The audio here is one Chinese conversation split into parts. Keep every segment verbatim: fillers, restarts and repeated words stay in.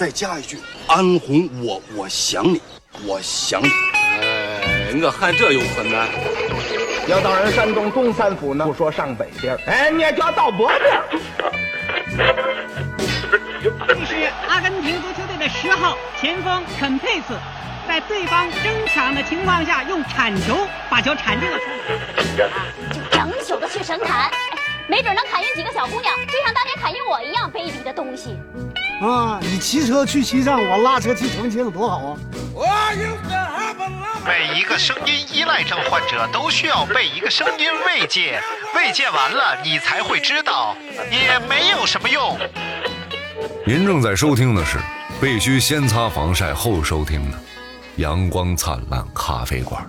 再加一句安红，我我想你，我想你。 哎，我看这有困难。 要到人山东东三府呢，不说上北边，哎，你也就要到北边。 这是阿根廷足球队的十号前锋肯佩斯，在对方争抢的情况下，用铲球把球铲进了出门。 就整宿的去神砍，没准能砍晕几个小姑娘，就像当年砍晕我一样卑鄙的东西。 啊，你骑车去西藏，我拉车去重庆，多好啊！ 每一个声音依赖症患者都需要被一个声音慰藉，慰藉完了，你才会知道，也没有什么用。 您正在收听的是必须先擦防晒后收听的阳光灿烂咖啡馆。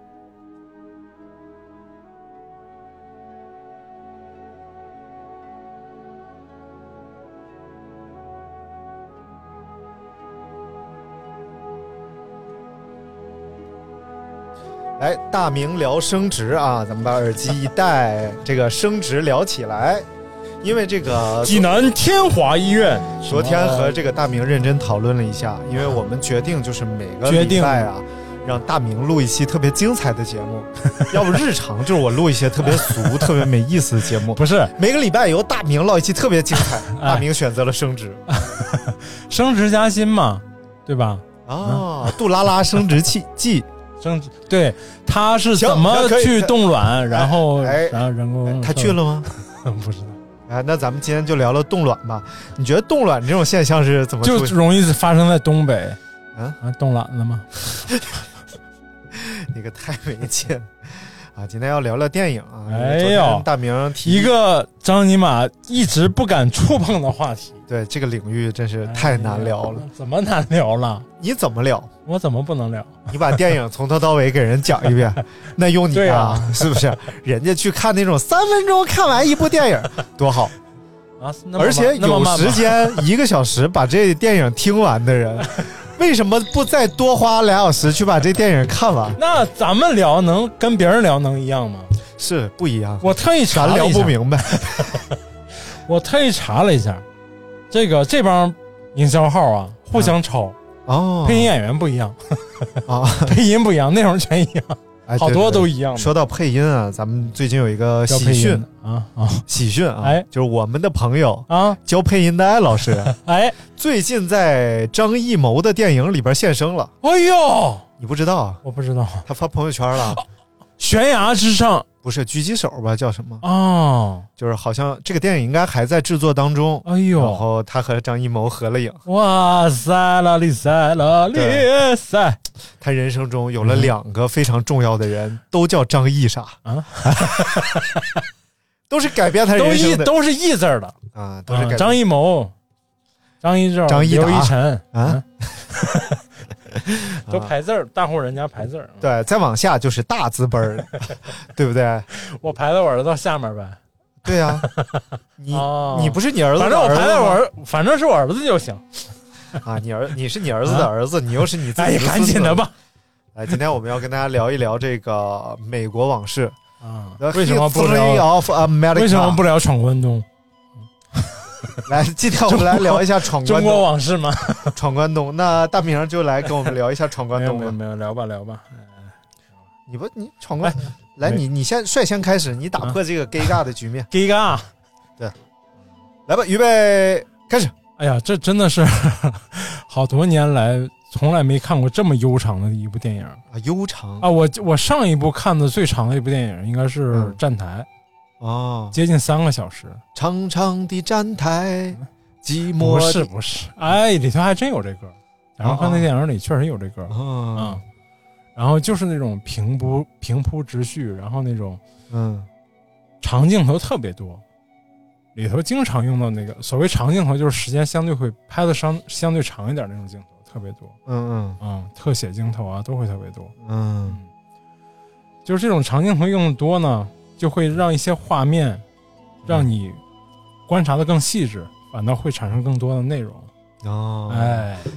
来，大明聊升职啊，咱们把耳机一戴，这个升职聊起来。因为这个济南天华医院昨天和这个大明认真讨论了一下，因为我们决定就是每个礼拜啊，让大明录一期特别精彩的节目，要不日常就是我录一些特别俗、特别没意思的节目。 不是每个礼拜由大明唠一期特别精彩，大明选择了升职， 升职加薪嘛，对吧？ 啊，嗯、杜拉拉升职记记。 升职对，他是怎么去冻卵，然后、哎、然后人工、 哎、他去了吗？ 不知道。 啊，那咱们今天就聊聊冻卵吧。你觉得冻卵这种现象是怎么就容易发生在东北？ 啊啊，冻卵了吗？ 那个太没劲啊！今天要聊聊电影啊。 哎呦， 大明提一个张尼玛一直不敢触碰的话题。 对，这个领域真是太难聊了。 哎、怎么难聊了？ 你怎么聊？ 我怎么不能聊？ 你把电影从头到尾给人讲一遍，那用你啊，啊是不是？人家去看那种三分钟看完一部电影，多好啊！ 而且有时间一个小时把这电影听完的人，为什么不再多花俩小时去把这电影看完？ 那咱们聊能跟别人聊能一样吗？ 是不一样。 我特意查了一下， 咱聊不明白。 我特意查了一下，这个这帮营销号啊，互相抄。啊哦， 配音演员不一样啊， 配音不一样，内容全一样， 哎、 好多都一样。 说到配音啊，咱们最近有一个喜讯啊啊， 喜讯啊， 哎， 就是我们的朋友啊， 教配音的艾老师， 哎， 最近在张艺谋的电影里边现身了。 哎呦， 你不知道啊？ 我不知道， 他发朋友圈了。 悬崖之上不是狙击手吧？叫什么？ 哦， 就是好像这个电影应该还在制作当中。 哎呦， 然后他和张艺谋合了影。 哇塞啦哩塞啦哩塞！ 他人生中有了两个非常重要的人，嗯、都叫张艺啥啊？都是改变他人生的， 都是艺字的啊，都是改、 啊、张艺谋、张艺兆、 张艺刘一晨啊。 都排字儿，大户人家排字儿。 对，再往下就是大字辈儿，对不对？ 我排在我儿子到下面呗。 对呀、啊，你、哦、你不是你儿子的儿子，反正我排在我儿， 反正是我儿子就行。 啊，你儿你是你儿子的儿子，啊、你又是你自己的孙子。 哎，赶紧的吧。 来，今天我们要跟大家聊一聊这个美国往事啊。为什么不聊？为什么不聊闯关东？ 来，今天我们来聊一下闯关东。 中国往事吗？ 闯关东，那大明就来跟我们聊一下闯关东。 没有没有，聊吧聊吧。 你不你闯关，哎、来你你先率先开始，你打破这个尴尬的局面。 尴尬， 对，来吧，预备开始。 哎呀，这真的是好多年来从来没看过这么悠长的一部电影啊！ 悠长啊！我我上一部看的最长的一部电影应该是《站台》。 嗯哦， 接近三个小时。 长长的站台，寂寞的。 不是不是，哎，里头还真有这歌。然后看那电影里确实有这歌。 嗯、哦嗯，然后就是那种平铺平铺直叙，然后那种嗯长镜头特别多，里头经常用到那个所谓长镜头，就是时间相对会拍的相相对长一点那种镜头特别多。 嗯嗯嗯，特写镜头啊都会特别多。 嗯， 嗯就是这种长镜头用的多呢。就会让一些画面让你观察的更细致，反倒会产生更多的内容。 哦， 哎，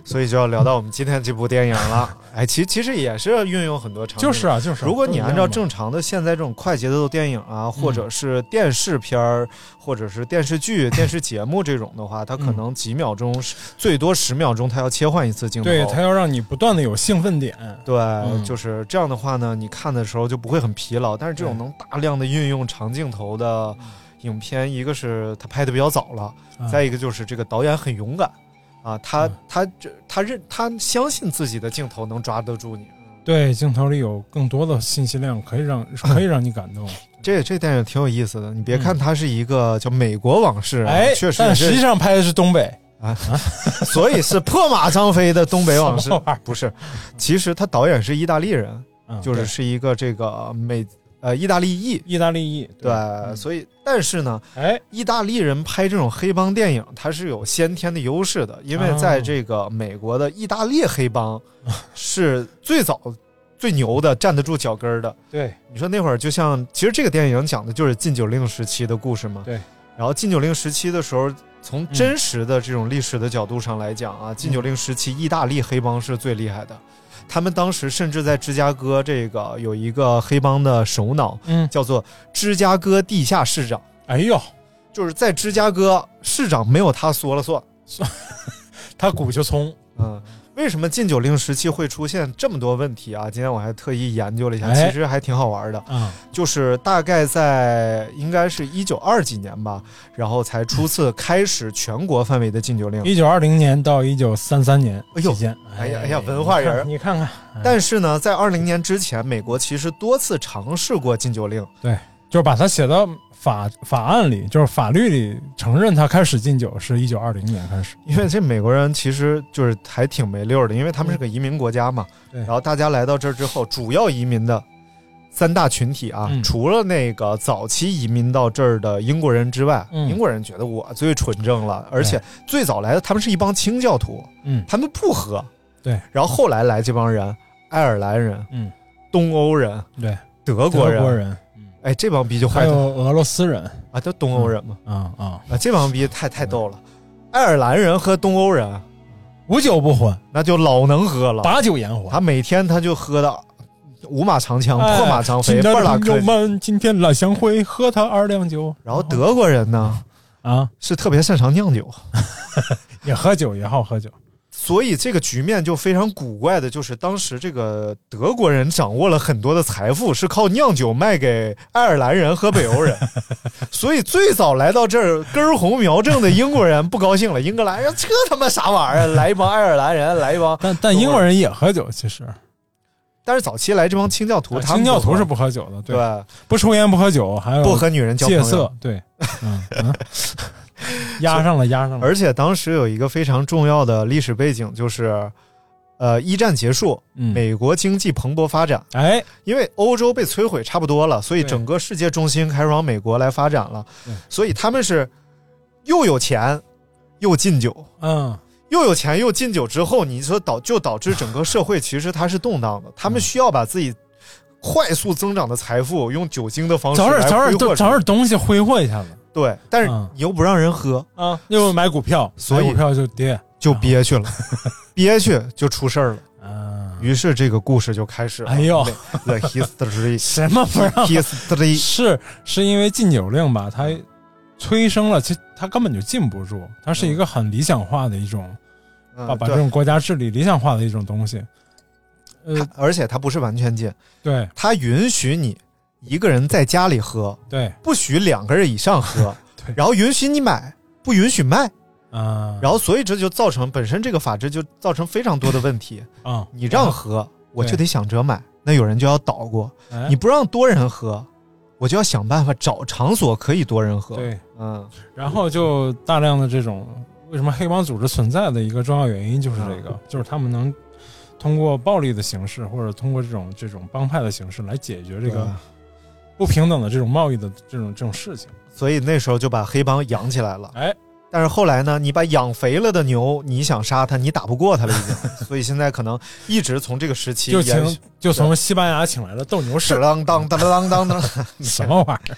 所以就要聊到我们今天这部电影了。哎，其其实也是运用很多场景， 就是啊，就是、啊。 如果你按照正常的现在这种快节奏的电影啊，或者是电视片儿，或者是电视剧、电视节目这种的话，它可能几秒钟，嗯、最多十秒钟，它要切换一次镜头。 对，它要让你不断的有兴奋点。 对，嗯、就是这样的话呢，你看的时候就不会很疲劳。但是这种能大量的运用长镜头的影片，一个是它拍的比较早了，嗯、再一个就是这个导演很勇敢。啊，他他他认他相信自己的镜头能抓得住你， 对，镜头里有更多的信息量，可以让可以让你感动。 这这电影挺有意思的，你别看它是一个叫美国往事， 哎， 确实， 但实际上拍的是东北啊，所以是破马张飞的东北往事，不是，其实他导演是意大利人，嗯、就是是一个这个美。呃，意大利裔， 意大利裔， 对，对嗯、所以，但是呢， 哎， 意大利人拍这种黑帮电影，它是有先天的优势的，因为在这个美国的意大利黑帮是最早、最牛的，站得住脚跟的。 对， 你说那会儿就像，其实这个电影讲的就是禁酒令时期的故事嘛。 对， 然后禁酒令时期的时候，从真实的这种历史的角度上来讲啊，嗯、禁酒令时期意大利黑帮是最厉害的。他们当时甚至在芝加哥这个有一个黑帮的首脑，嗯，叫做芝加哥地下市长。 哎呦， 就是在芝加哥市长没有他说了算， 他鼓就冲。 嗯，为什么禁酒令时期会出现这么多问题啊？今天我还特意研究了一下， 哎、 其实还挺好玩的。 嗯， 就是大概在应该是一九二几年吧，然后才初次开始全国范围的禁酒令。 一九二零年到一九三三年期间， 哎呀哎呀，文化人， 你看看。 哎、但是呢，在二零年之前，美国其实多次尝试过禁酒令。 对，就是把它写到法法案里，就是法律里承认他开始禁酒是一九二零年开始。 因为这美国人其实就是还挺没溜的，因为他们是个移民国家嘛。 对、 嗯。然后大家来到这儿之后，主要移民的三大群体啊，嗯、除了那个早期移民到这儿的英国人之外，嗯、英国人觉得我最纯正了，而且最早来的他们是一帮清教徒， 嗯， 他们不喝。 对。 然后后来来这帮人，爱尔兰人， 嗯， 东欧人， 对， 德国人， 德国人。 哎，这帮逼就坏， 还有俄罗斯人啊，都东欧人嘛， 啊啊、嗯嗯、 啊，这帮逼太太逗了。爱尔兰人和东欧人无酒不欢， 那就老能喝了， 把酒言欢。 他每天他就喝的五马长枪、 哎、 破马张飞， 今天的朋友们今天来相会，喝他二两酒。 然后德国人呢， 啊， 是特别擅长酿酒， 也喝酒，也好喝酒。 所以这个局面就非常古怪的，就是当时这个德国人掌握了很多的财富，是靠酿酒卖给爱尔兰人和北欧人。所以最早来到这儿根红苗正的英国人不高兴了，英格兰人这他妈啥玩意儿，来一帮爱尔兰人，来一帮， 但但英国人也喝酒，其实。 但是早期来这帮清教徒，他清教徒是不喝酒的，对， 对不抽烟不喝酒，还有不和女人交朋友， 戒色，对，嗯。嗯压上了，压上了。 而且当时有一个非常重要的历史背景，就是，呃，一战结束， 嗯、 美国经济蓬勃发展。 哎， 因为欧洲被摧毁差不多了，所以整个世界中心开始往美国来发展了。所以他们是又有钱又禁酒， 嗯， 又有钱又禁酒之后，你说导就导致整个社会其实它是动荡的。他们需要把自己快速增长的财富用酒精的方式找点找点找点东西挥霍一下子。 对，但是你又不让人喝啊，又买股票， 所以股票就跌， 就憋屈了，憋屈就出事儿了。 啊， 于是这个故事就开始了。 哎呦 ，The History 什么不让 History 是是因为禁酒令吧？它催生了，其实它根本就禁不住，它是一个很理想化的一种， 嗯、 把把这种国家治理理想化的一种东西。 呃，而且它不是完全禁， 对， 它允许你一个人在家里喝， 对， 不许两个人以上喝， 对， 然后允许你买，不允许卖， 啊， 然后所以这就造成本身这个法制就造成非常多的问题啊， 你让喝，我就得想着买，那有人就要捣鼓，你不让多人喝，我就要想办法找场所可以多人喝， 对， 嗯， 然后就大量的这种为什么黑帮组织存在的一个重要原因就是这个，嗯、就是他们能通过暴力的形式或者通过这种这种帮派的形式来解决这个不平等的这种贸易的这种这种事情， 所以那时候就把黑帮养起来了。 哎， 但是后来呢，你把养肥了的牛，你想杀它，你打不过它了已经。所以现在可能一直从这个时期就请就从西班牙请来了斗牛士， 当当当当当当， 什么玩意儿？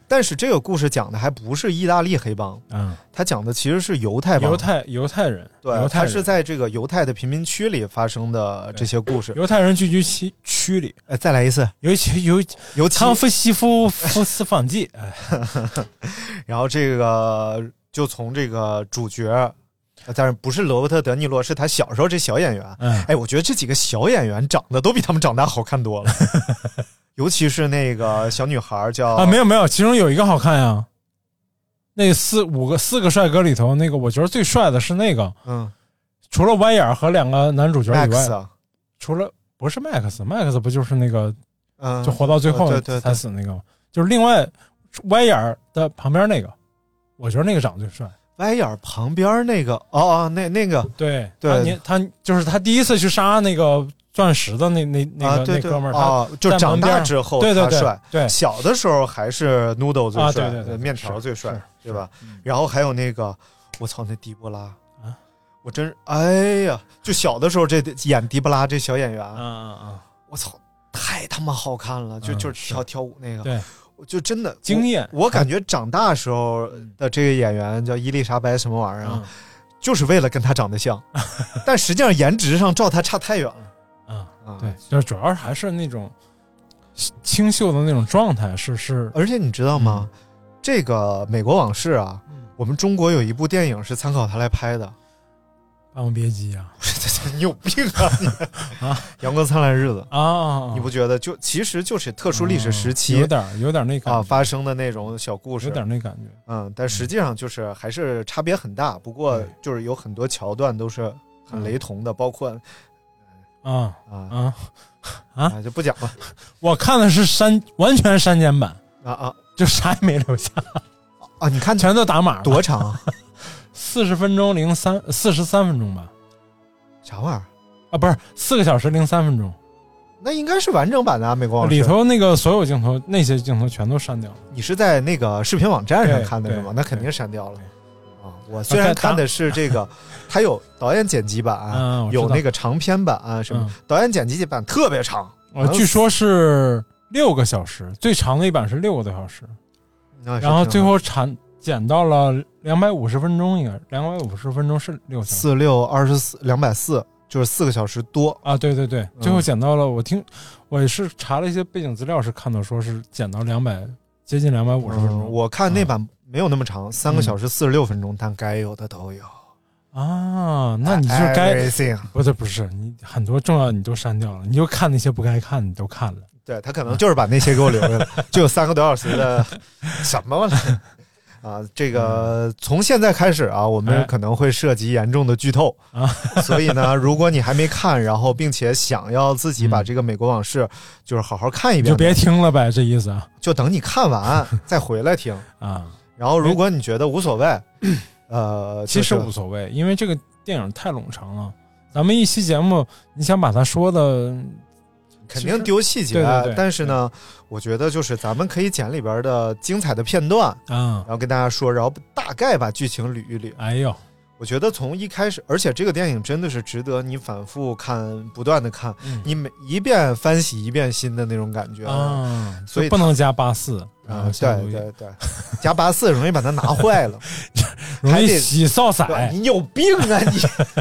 但是这个故事讲的还不是意大利黑帮， 嗯， 他讲的其实是犹太帮， 犹太犹太人， 对， 犹太人他是在这个犹太的贫民区里发生的这些故事。 犹太人聚居区区里， 哎，再来一次， 尤其尤尤康夫西夫夫斯访记，哎， 然后这个就从这个主角。但是不是罗伯特·德尼罗，是他小时候这小演员。 嗯， 哎，我觉得这几个小演员长得都比他们长大好看多了，尤其是那个小女孩叫啊，没有没有，其中有一个好看呀。那四五个四个帅哥里头，那个我觉得最帅的是那个， 嗯， 除了歪眼和两个男主角以外， Max 啊、 除了不是 Max，Max 不就是那个， 嗯， 就活到最后才死那个吗？就是另外歪眼的旁边那个，我觉得那个长得最帅。 歪眼旁边那个，哦哦，那那个， 对对， 他他就是他第一次去杀那个钻石的那那那个、 啊、对对那哥们儿， 啊，就长大之后对对对他帅， 对， 小的时候还是 Noodle 最帅， 啊、对对对， 面条最帅，对吧？ 嗯、 然后还有那个，我操，那迪波拉啊， 我真是，哎呀，就小的时候这演迪波拉这小演员， 啊啊啊， 我操，太他妈好看了，就、嗯、就是跳跳舞那个， 对。 就真的惊艳， 我感觉长大时候的这个演员叫伊丽莎白什么玩意儿啊、嗯，就是为了跟他长得像，但实际上颜值上照他差太远了。 啊、嗯、对，就是主要还是那种清秀的那种状态，是是。 而且你知道吗？嗯、这个《美国往事》啊、嗯，我们中国有一部电影是参考他来拍的，《 霸王别姬》啊。 你有病啊你啊！阳光灿烂日子啊， 你不觉得就其实就是特殊历史时期、 嗯、有点有点那感觉啊发生的那种小故事， 有点那感觉。 嗯，但实际上就是还是差别很大。不过就是有很多桥段都是很雷同的，嗯、包括啊啊啊啊就不讲了。 我看的是删完全删减版啊啊， 就啥也没留下啊！你看全都打码了， 多长？ 四十分钟零三四十三分钟吧。 啥玩意儿啊？不是四个小时零三分钟， 那应该是完整版的啊！美国往事里头那个所有镜头，那些镜头全都删掉了。 你是在那个视频网站上看的是吗？那肯定删掉了啊！我虽然看的是这个，它有导演剪辑版， 嗯、 有那个长篇版啊什么。嗯、导演剪辑版特别长， 呃，据说是六个小时，最长的一版是六个多小时，然后最后产。剪到了两百五十分钟，应该两百五十分钟是六四六二十四两百四，就是四个小时多啊！对对对，最后剪到了，嗯、我听我也是查了一些背景资料，是看到说是剪到两百接近两百五十分钟、 嗯。我看那版没有那么长，三、嗯、个小时四十六分钟，但该有的都有啊。那你就该不是不是你很多重要你都删掉了，你就看那些不该看你都看了。 对他可能就是把那些给我留下了，就有三个多小时的什么了。啊，这个从现在开始啊，我们可能会涉及严重的剧透啊，所以呢，如果你还没看，然后并且想要自己把这个《美国往事》就是好好看一遍， 就别听了呗，这意思啊， 就等你看完再回来听啊。 然后，如果你觉得无所谓，呃， 其实无所谓，因为这个电影太冗长了，咱们一期节目，你想把它说的。 肯定丢细节， 对对对， 但是呢，我觉得就是咱们可以剪里边的精彩的片段， 嗯， 然后跟大家说，然后大概把剧情捋一捋。 哎呦， 我觉得从一开始，而且这个电影真的是值得你反复看，不断的看， 嗯、 你每一遍翻洗一遍新的那种感觉啊， 所以不能加八四啊，对对对，加八四容易把它拿坏了， 容易洗扫色， 你有病啊你！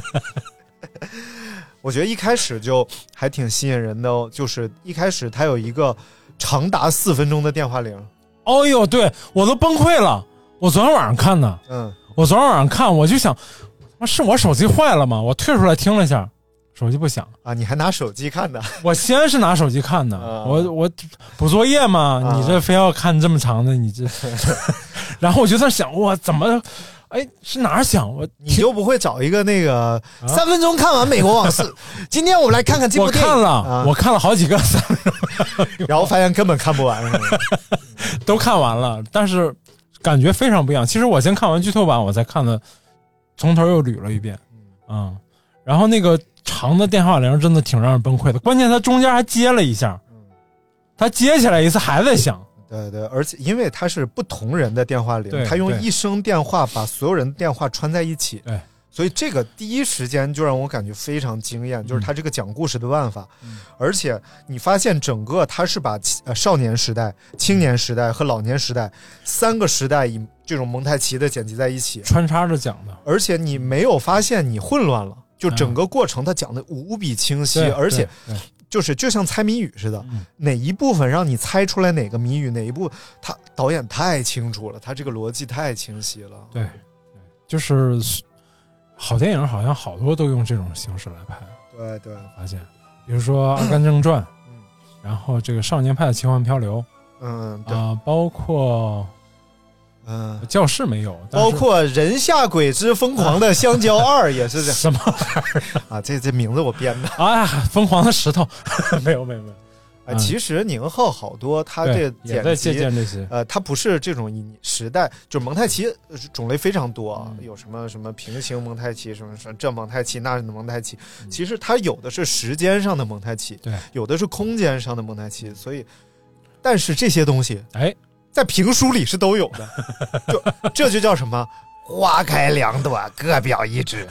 我觉得一开始就还挺吸引人的哦，就是一开始它有一个长达四分钟的电话铃。 哦呦，对我都崩溃了！我昨天晚上看的， 嗯， 我昨天晚上看，我就想，是我手机坏了吗？我退出来听了一下，手机不响啊！你还拿手机看的？ 我先是拿手机看的， 啊、 我我补作业嘛， 啊、 你这非要看这么长的，你这，然后我就在想，我怎么？哎，是哪儿想我？ 你就不会找一个那个三分钟看完《美国往事》？今天我们来看看这部电影。 我看了， 啊、 我看了好几个三分钟， 然后发现根本看不完， 都看完了，但是感觉非常不一样。其实我先看完剧透版，我才看的，从头又捋了一遍，嗯，然后那个长的电话铃真的挺让人崩溃的，关键它中间还接了一下，它接起来一次还在响。 对对，而且因为它是不同人的电话铃，它用一声电话把所有人的电话串在一起， 对， 所以这个第一时间就让我感觉非常惊艳，就是他这个讲故事的办法， 嗯、 而且你发现整个他是把呃少年时代、青年时代和老年时代三个时代以这种蒙太奇的剪辑在一起， 穿插着讲的， 而且你没有发现你混乱了，就整个过程他讲的无比清晰， 嗯、 而且就是就像猜谜语似的， 嗯、 哪一部分让你猜出来哪个谜语，哪一部他导演太清楚了，他这个逻辑太清晰了。 对，就是好电影好像好多都用这种形式来拍。 对对， 发现，比如说《阿甘正传》，嗯，然后这个《少年派的奇幻漂流》， 嗯，对， 呃，包括。 嗯， 教室没有， 包括《人下鬼之疯狂的香蕉二》也是这什么玩意儿啊？这这名字我编的啊！疯狂的石头没有没有没有。 啊，其实宁浩好多他这也在借鉴这些， 呃，他不是这种时代，就是蒙太奇种类非常多啊，嗯、有什么什么平行蒙太奇，什么什么这蒙太奇那蒙太奇，嗯、其实它有的是时间上的蒙太奇， 对， 有的是空间上的蒙太奇，所以，但是这些东西， 哎。 在评书里是都有的，就这就叫什么花开两朵，各表一枝。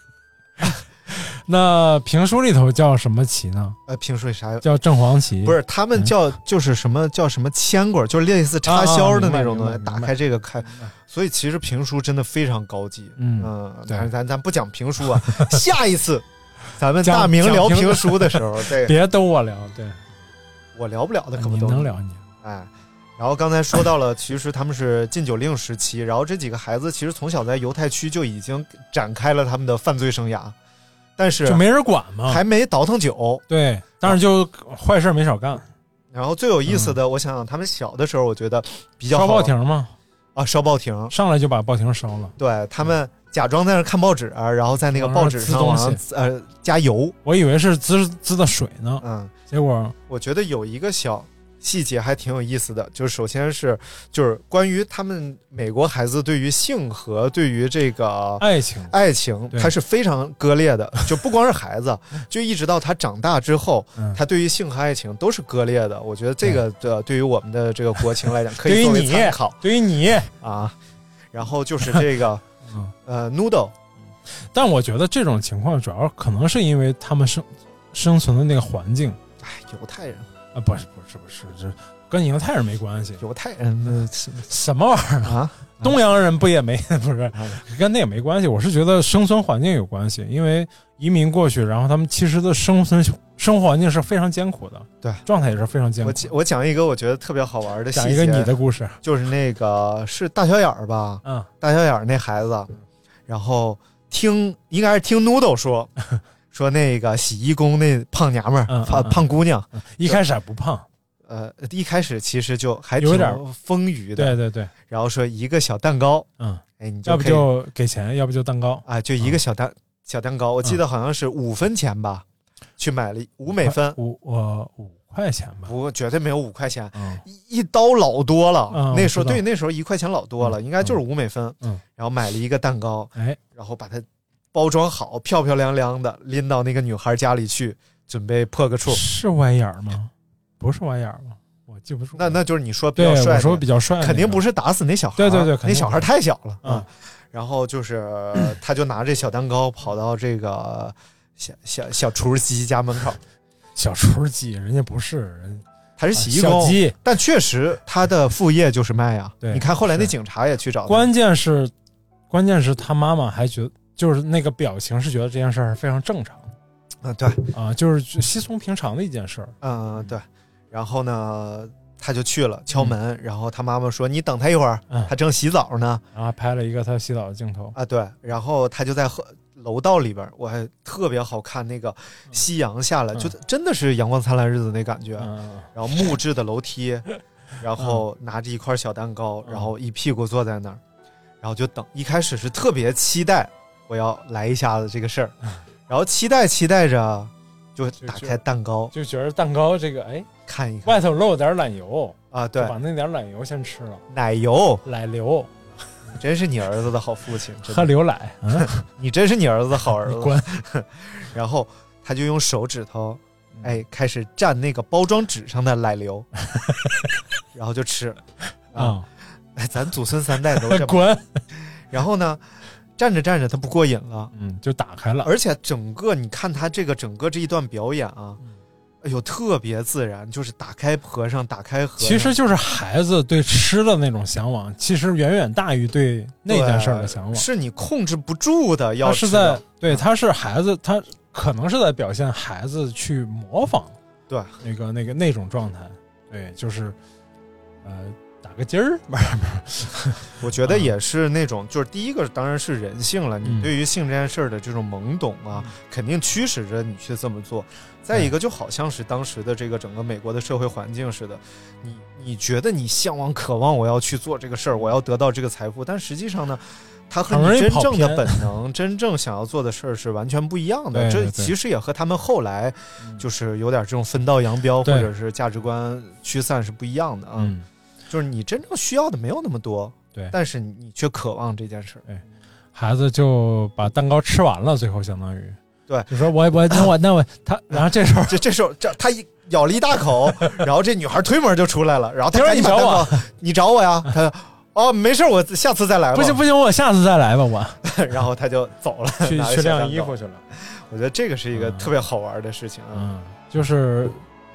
那评书里头叫什么旗呢？ 呃，评书里啥叫正黄旗？ 不是，他们叫就是什么、嗯、叫什么铅管，就是类似插销的那种东西，打开这个开。所以其实评书真的非常高级。 嗯， 嗯咱咱咱不讲评书啊，下一次咱们大明聊评书的时候，对， 别逗我聊，对， 我聊不了的，可不你都能聊你， 哎。然后刚才说到了，其实他们是禁酒令时期，然后这几个孩子其实从小在犹太区就已经展开了他们的犯罪生涯，但是就没人管嘛， 还没倒腾酒， 对，但是就坏事没少干。 然后最有意思的，嗯、我想想，他们小的时候，我觉得比较好烧报亭嘛， 啊，烧报亭， 上来就把报亭烧了。 对他们假装在那看报纸，然后在那个报纸上往上呃加油， 我以为是滋滋的水呢， 嗯， 结果我觉得有一个小细节还挺有意思的，就是首先是就是关于他们美国孩子对于性和对于这个爱情爱情他是非常割裂的，就不光是孩子，就一直到他长大之后，嗯、他对于性和爱情都是割裂的。我觉得这个的对于我们的这个国情来讲，可以作为参考。 对于你啊，然后就是这个呃 Noodle， 但我觉得这种情况主要可能是因为他们生生存的那个环境， 哎，犹太人。 啊，不是不是不是，这跟犹太人没关系。 犹太人什么玩意儿啊？东洋人不也没不是，跟那也没关系。我是觉得生存环境有关系，因为移民过去，然后他们其实的生存生活环境是非常艰苦的， 对， 状态也是非常艰苦。 我我讲一个我觉得特别好玩的细节， 讲一个你的故事， 就是那个是大小眼儿吧？ 嗯， 大小眼儿那孩子，然后听应该是听 Noodle 说。说那个洗衣工那胖娘们儿、嗯、胖、嗯、胖姑娘、 嗯，一开始还不胖， 呃，一开始其实就还挺有点丰腴的， 对对对。 然后说一个小蛋糕， 嗯， 哎，你就要不就给钱，要不就蛋糕啊，就一个小蛋、嗯、小蛋糕，我记得好像是五分钱吧，嗯、去买了五美分， 五我五块钱吧， 不，绝对没有五块钱， 嗯、 一, 一刀老多了， 嗯、 那时候对那时候一块钱老多了， 嗯、 应该就是五美分， 嗯， 然后买了一个蛋糕， 哎， 然后把它。包装好，漂漂亮亮的，拎到那个女孩家里去，准备破个处。 是歪眼吗？不是歪眼吗？我记不住。 那那就是你说比较帅， 我说比较帅， 肯定不是打死那小孩。 对对对， 那小孩太小了。 嗯， 然后就是他就拿着小蛋糕跑到这个小小小厨鸡家门口。 小厨鸡，人家不是人， 他是洗衣工。 小鸡， 但确实他的副业就是卖啊。 对， 你看后来那警察也去找他。 关键是，关键是他妈妈还觉得。就是那个表情是觉得这件事儿非常正常， 啊对啊，就是稀松平常的一件事儿， 嗯对。然后呢，他就去了敲门，嗯、然后他妈妈说：“你等他一会儿，嗯、他正洗澡呢。” 然后拍了一个他洗澡的镜头啊，对。然后他就在楼道里边，我还特别好看，那个夕阳下来，嗯、就真的是阳光灿烂日子那感觉。 嗯、 然后木质的楼梯，然后拿着一块小蛋糕，嗯、然后一屁股坐在那儿，然后就等。一开始是特别期待。我要来一下子这个事儿，然后期待期待着，就打开蛋糕， 就觉得蛋糕这个哎， 看一看外头漏点奶油啊，对， 把那点奶油先吃了， 奶油奶流， 真是你儿子的好父亲， 喝牛奶，嗯， 你真是你儿子的好儿子。 滚！ 然后他就用手指头，哎，开始蘸那个包装纸上的奶流，然后就吃啊，哎，咱祖孙三代都这么。 滚！ 然后呢？ 站着站着他不过瘾了， 嗯，就打开了。 而且整个你看他这个整个这一段表演啊，嗯、哎呦特别自然，就是打开和尚，打开和尚， 其实就是孩子对吃的那种向往，其实远远大于对那件事的向往， 是你控制不住的。要他是在对，他是孩子，他可能是在表现孩子去模仿， 对那个那个那种状态，对，就是呃。打个筋儿， 我觉得也是那种，就是第一个当然是人性了， 嗯、 你对于性这件事的这种懵懂啊，嗯、肯定驱使着你去这么做。再一个，就好像是当时的这个整个美国的社会环境似的，你你觉得你向往、渴望，我要去做这个事儿，我要得到这个财富，但实际上呢，它和你真正的本能、真正想要做的事儿是完全不一样的。 对对对这其实也和他们后来就是有点这种分道扬镳，或者是价值观驱散是不一样的啊。 嗯就是你真正需要的没有那么多， 对， 但是你却渴望这件事。 对，孩子就把蛋糕吃完了，最后相当于对， 就说我我那我那我他，然后这时候这这时候这他一咬了一大口，然后这女孩推门就出来了，然后他赶紧把蛋糕，你找我呀？他哦没事，我下次再来吧。 不行不行，我下次再来吧我。 然后他就走了， 去去晾衣服去了。 我觉得这个是一个特别好玩的事情啊， 嗯，就是。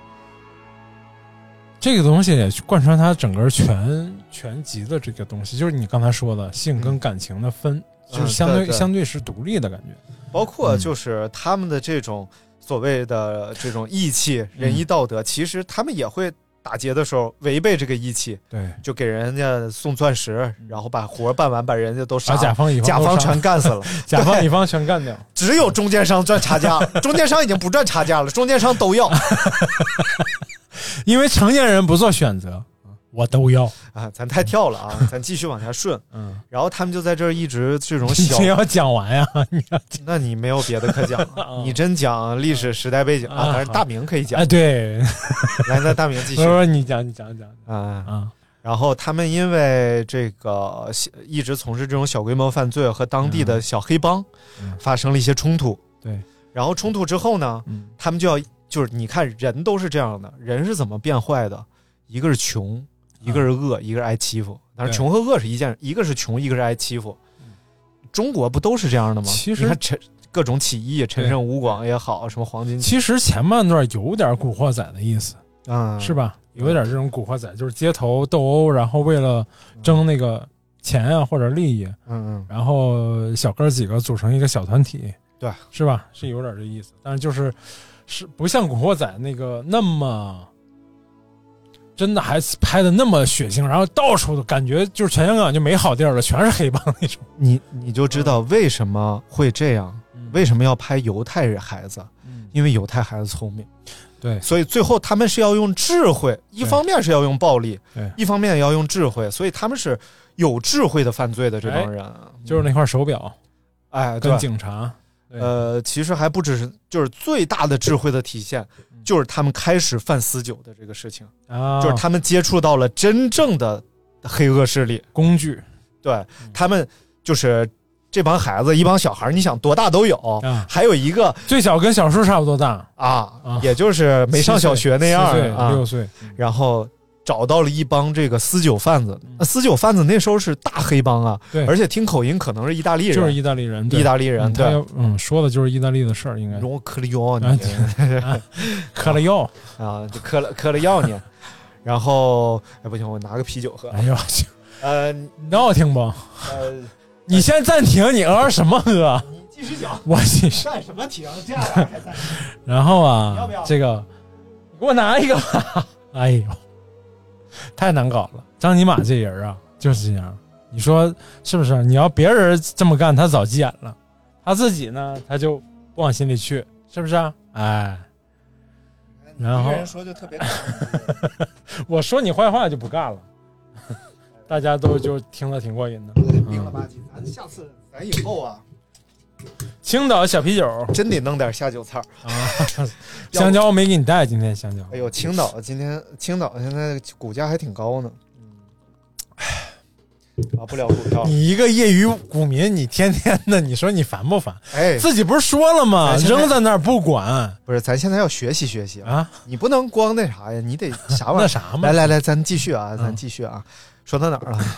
这个东西也贯穿它整个全全集的这个东西，就是你刚才说的性跟感情的分，嗯、就是相对、嗯、对对相对是独立的感觉。 包括就是他们的这种所谓的这种义气、仁义道德，嗯、其实他们也会打劫的时候违背这个义气， 对， 就给人家送钻石，然后把活办完，把人家都杀， 把甲方乙方甲方全干死了， 甲方乙方全干掉， 只有中间商赚差价，中间商已经不赚差价了，中间商都要。 因为成年人不做选择，我都要啊！咱太跳了啊！咱继续往下顺。嗯，然后他们就在这儿一直这种小， 你要讲完呀？你要那你没有别的可讲了，哦、你真讲历史时代背景啊？但是大明可以讲。 哎，对， 来，那大明继续。 说说你讲，你讲讲啊啊！然后他们因为这个一直从事这种小规模犯罪和当地的小黑帮、嗯、发生了一些冲突。 对， 然后冲突之后呢，嗯、他们就要。就是你看人都是这样的，人是怎么变坏的？一个是穷，一个是饿，嗯、一个是挨欺负。但是穷和饿是一件，一个是穷，一个是挨欺负。中国不都是这样的吗？ 其实你看陈各种起义，陈胜吴广也好，什么黄巾。 其实前半段有点古惑仔的意思， 嗯， 是吧？有点这种古惑仔，就是街头斗殴，然后为了争那个钱啊或者利益， 嗯嗯， 然后小哥几个组成一个小团体， 对， 是吧？是有点这意思，但是就是。是不像古惑仔那个那么真的还拍的那么血腥，然后到处都感觉就是全香港就没好地儿了，全是黑帮那种。 你你就知道为什么会这样，嗯、为什么要拍犹太人孩子？嗯、因为犹太孩子聪明， 对， 所以最后他们是要用智慧，一方面是要用暴力， 对， 一方面要用智慧，所以他们是有智慧的犯罪的这帮人， 哎、就是那块手表， 哎， 跟警察。 呃，其实还不只是，就是最大的智慧的体现，就是他们开始贩私酒的这个事情， 啊， 就是他们接触到了真正的黑恶势力工具， 对、嗯、他们就是这帮孩子，一帮小孩，你想多大都有，啊、还有一个最小跟小叔差不多大啊，啊也就是没上小学那样啊，六岁， 然后。找到了一帮这个私酒贩子，嗯、私酒贩子那时候是大黑帮啊， 对， 而且听口音可能是意大利人， 就是意大利人， 意大利人， 嗯、对，嗯，说的就是意大利的事儿，应该。 然后嗑了药呢， 嗑了药啊，就嗑了嗑了药呢，然后哎不行，我拿个啤酒喝。 哎呦， 呃， 你闹听不？ 呃， 你先暂停，你饿什么喝？ 你继续讲， 我继续。 干什么停？这样还在。 然后啊， 要不要这个，你给我拿一个吧。哎呦。太难搞了，张尼玛这人啊就是这样，你说是不是？你要别人这么干，他早急眼了，他自己呢，他就不往心里去，是不是啊？哎，然后人说就特别我说你坏话就不干了，大家都就听得挺过瘾的。 有点冰了吧唧，咱下次咱以后啊。 青岛小啤酒真得弄点下酒菜啊！香蕉我没给你带，今天香蕉。 哎呦，青岛今天青岛现在股价还挺高呢。唉，啊不聊股票。 你一个业余股民，你天天的，你说你烦不烦？ 哎， 自己不是说了吗？扔在那儿不管。 不是，咱现在要学习学习啊！ 你不能光那啥呀，你得啥玩意儿？ 那啥嘛。 来来来，咱继续啊，咱继续啊。嗯、说到哪儿了？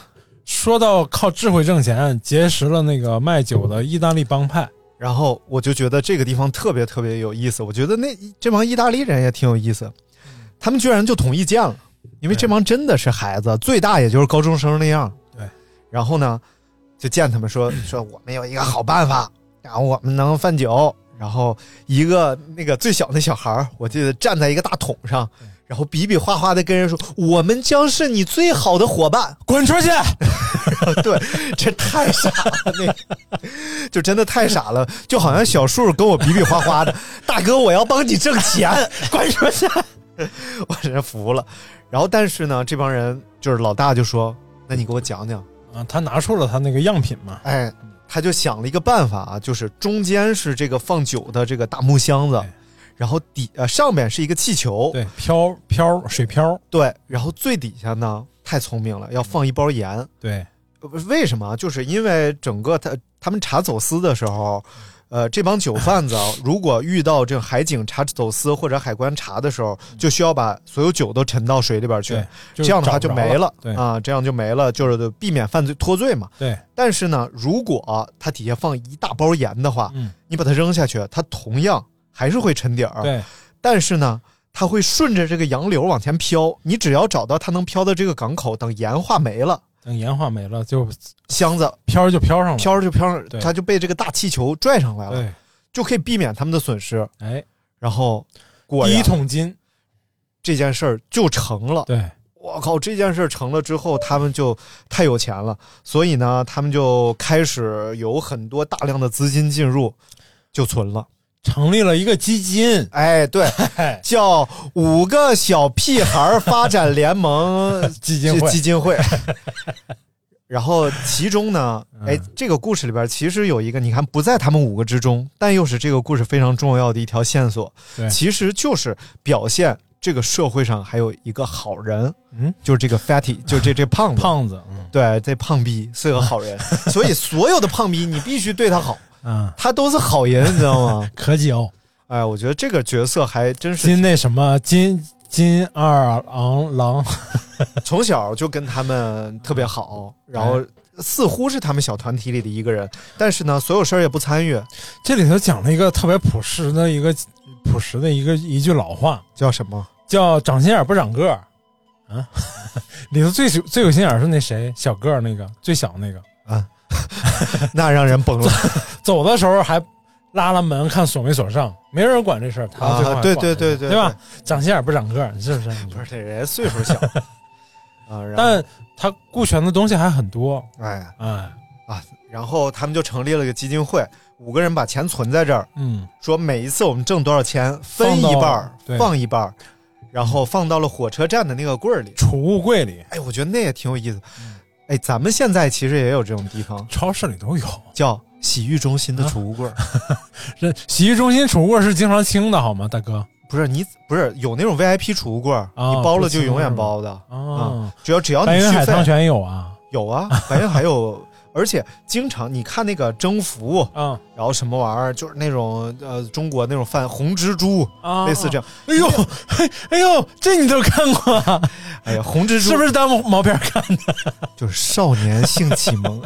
说到靠智慧挣钱，结识了那个卖酒的意大利帮派， 然后我就觉得这个地方特别特别有意思。我觉得那这帮意大利人也挺有意思，他们居然就同意见了，因为这帮真的是孩子，最大也就是高中生那样。 对， 然后呢，就见他们说说我们有一个好办法，然后我们能贩酒。然后一个那个最小的小孩，我记得站在一个大桶上，然后比比划划的跟人说：“我们将是你最好的伙伴， 滚出去！” 对，这太傻了，那个就真的太傻了，就好像小树跟我比比划划的，大哥，我要帮你挣钱，滚出去！我真服了。然后，但是呢，这帮人就是老大就说：“那你给我讲讲。” 啊，他拿出了他那个样品嘛， 哎。他就想了一个办法啊，就是中间是这个放酒的这个大木箱子，然后底呃上面是一个气球， 对，飘飘水飘， 对，然后最底下呢太聪明了，要放一包盐， 对， 为什么？就是因为整个他他们查走私的时候，呃，这帮酒贩子如果遇到这种海警查走私或者海关查的时候，就需要把所有酒都沉到水里边去，这样的话就没了， 对啊，这样就没了，就是避免犯罪脱罪嘛。 对。 但是呢，如果它底下放一大包盐的话，嗯，你把它扔下去，它同样还是会沉底儿。 对。 但是呢，它会顺着这个洋流往前飘，你只要找到它能飘的这个港口，等盐化没了。 等盐化没了，就箱子飘就飘上了， 飘就飘上，它就被这个大气球拽上来了， 对， 就可以避免他们的损失。 哎， 然后果第一桶金这件事儿就成了。 对， 我靠，这件事成了之后，他们就太有钱了，所以呢，他们就开始有很多大量的资金进入，就存了。 成立了一个基金， 哎，对，叫五个小屁孩发展联盟基金会。 基金会。然后其中呢，哎，这个故事里边其实有一个，你看不在他们五个之中，但又是这个故事非常重要的一条线索。 对， 其实就是表现这个社会上还有一个好人，嗯，就是这个 fatty， 就这这胖子， 胖子，嗯， 对，这胖逼是个好人，所以所有的胖逼你必须对他好。 嗯， 他都是好人，你知道吗？ 可交。 哎，我觉得这个角色还真是金那什么金金二郎郎， 从小就跟他们特别好，然后似乎是他们小团体里的一个人，但是呢，所有事儿也不参与。 这里头讲了一个特别朴实的一个朴实的一个一句老话， 叫什么？ 叫长心眼不长个儿。啊，里头最最有心眼是那谁，小个儿那个最小那个啊。那让人崩了。 走的时候还拉了门看锁没锁上，没人管这事儿，他最后、 啊、对对对对对吧？长心眼不长个儿，是不是？ 不是，这人岁数小啊， 但他顾全的东西还很多。 哎哎啊，然后他们就成立了个基金会，五个人把钱存在这儿， 嗯， 说每一次我们挣多少钱分一半，放一半，然后放到了火车站的那个柜里， 储物柜里。 哎，我觉得那也挺有意思。哎，咱们现在其实也有这种地方， 超市里都有， 叫洗浴中心的储物柜。 这、啊、洗浴中心储物柜是经常清的好吗，大哥？ 不是，你不是有那种 V I P 储物柜，哦、你包了就永远包的啊、哦嗯！只要只要你白云海棠泉有啊， 有啊，白云海有，而且经常你看那个征服啊、嗯，然后什么玩意儿，就是那种呃中国那种饭红蜘蛛啊，类似这样。 哎呦，哎呦，这你都看过啊？ 哎呀，红蜘蛛是不是当毛片看的？ 就是少年性启蒙。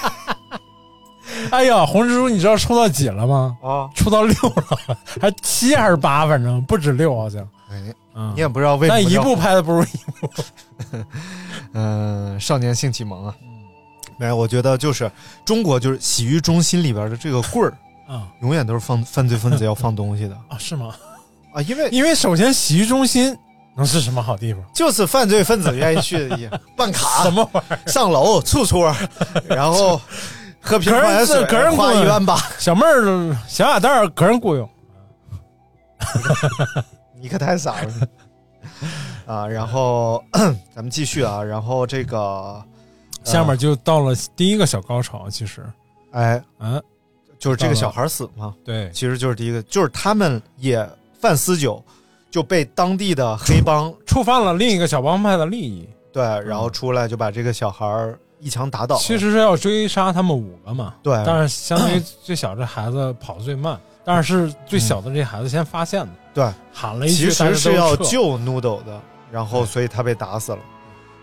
哎呀，红蜘蛛你知道出到几了吗？ 啊， 出到六了，还七还是八，反正不止六好像。 哎，嗯、你也不知道为什么。 但一部拍的不如一部。 嗯、呃，少年性启蒙啊。没有，我觉得就是中国就是洗浴中心里边的这个柜儿啊，永远都是放犯罪分子要放东西的啊？是吗？ 啊，因为因为首先洗浴中心能是什么好地方？ 就是犯罪分子愿意去的地方，办卡什么玩意儿？ 上楼处处，然后喝瓶矿泉水， 个人花一万八。 小妹儿、小雅蛋个人雇佣。 你可太傻了啊！然后咱们继续啊，然后这个。 下面就到了第一个小高潮，其实， 哎， 嗯， 就是这个小孩死嘛， 对， 其实就是第一个，就是他们也贩私酒，就被当地的黑帮触犯了另一个小帮派的利益， 对，然后出来就把这个小孩一枪打倒了。 其实是要追杀他们五个嘛， 对， 但是相当于最小这孩子跑最慢，但是是最小的这孩子先发现的， 对， 喊了一句， 其实是要救 Noodle 的，然后所以他被打死了。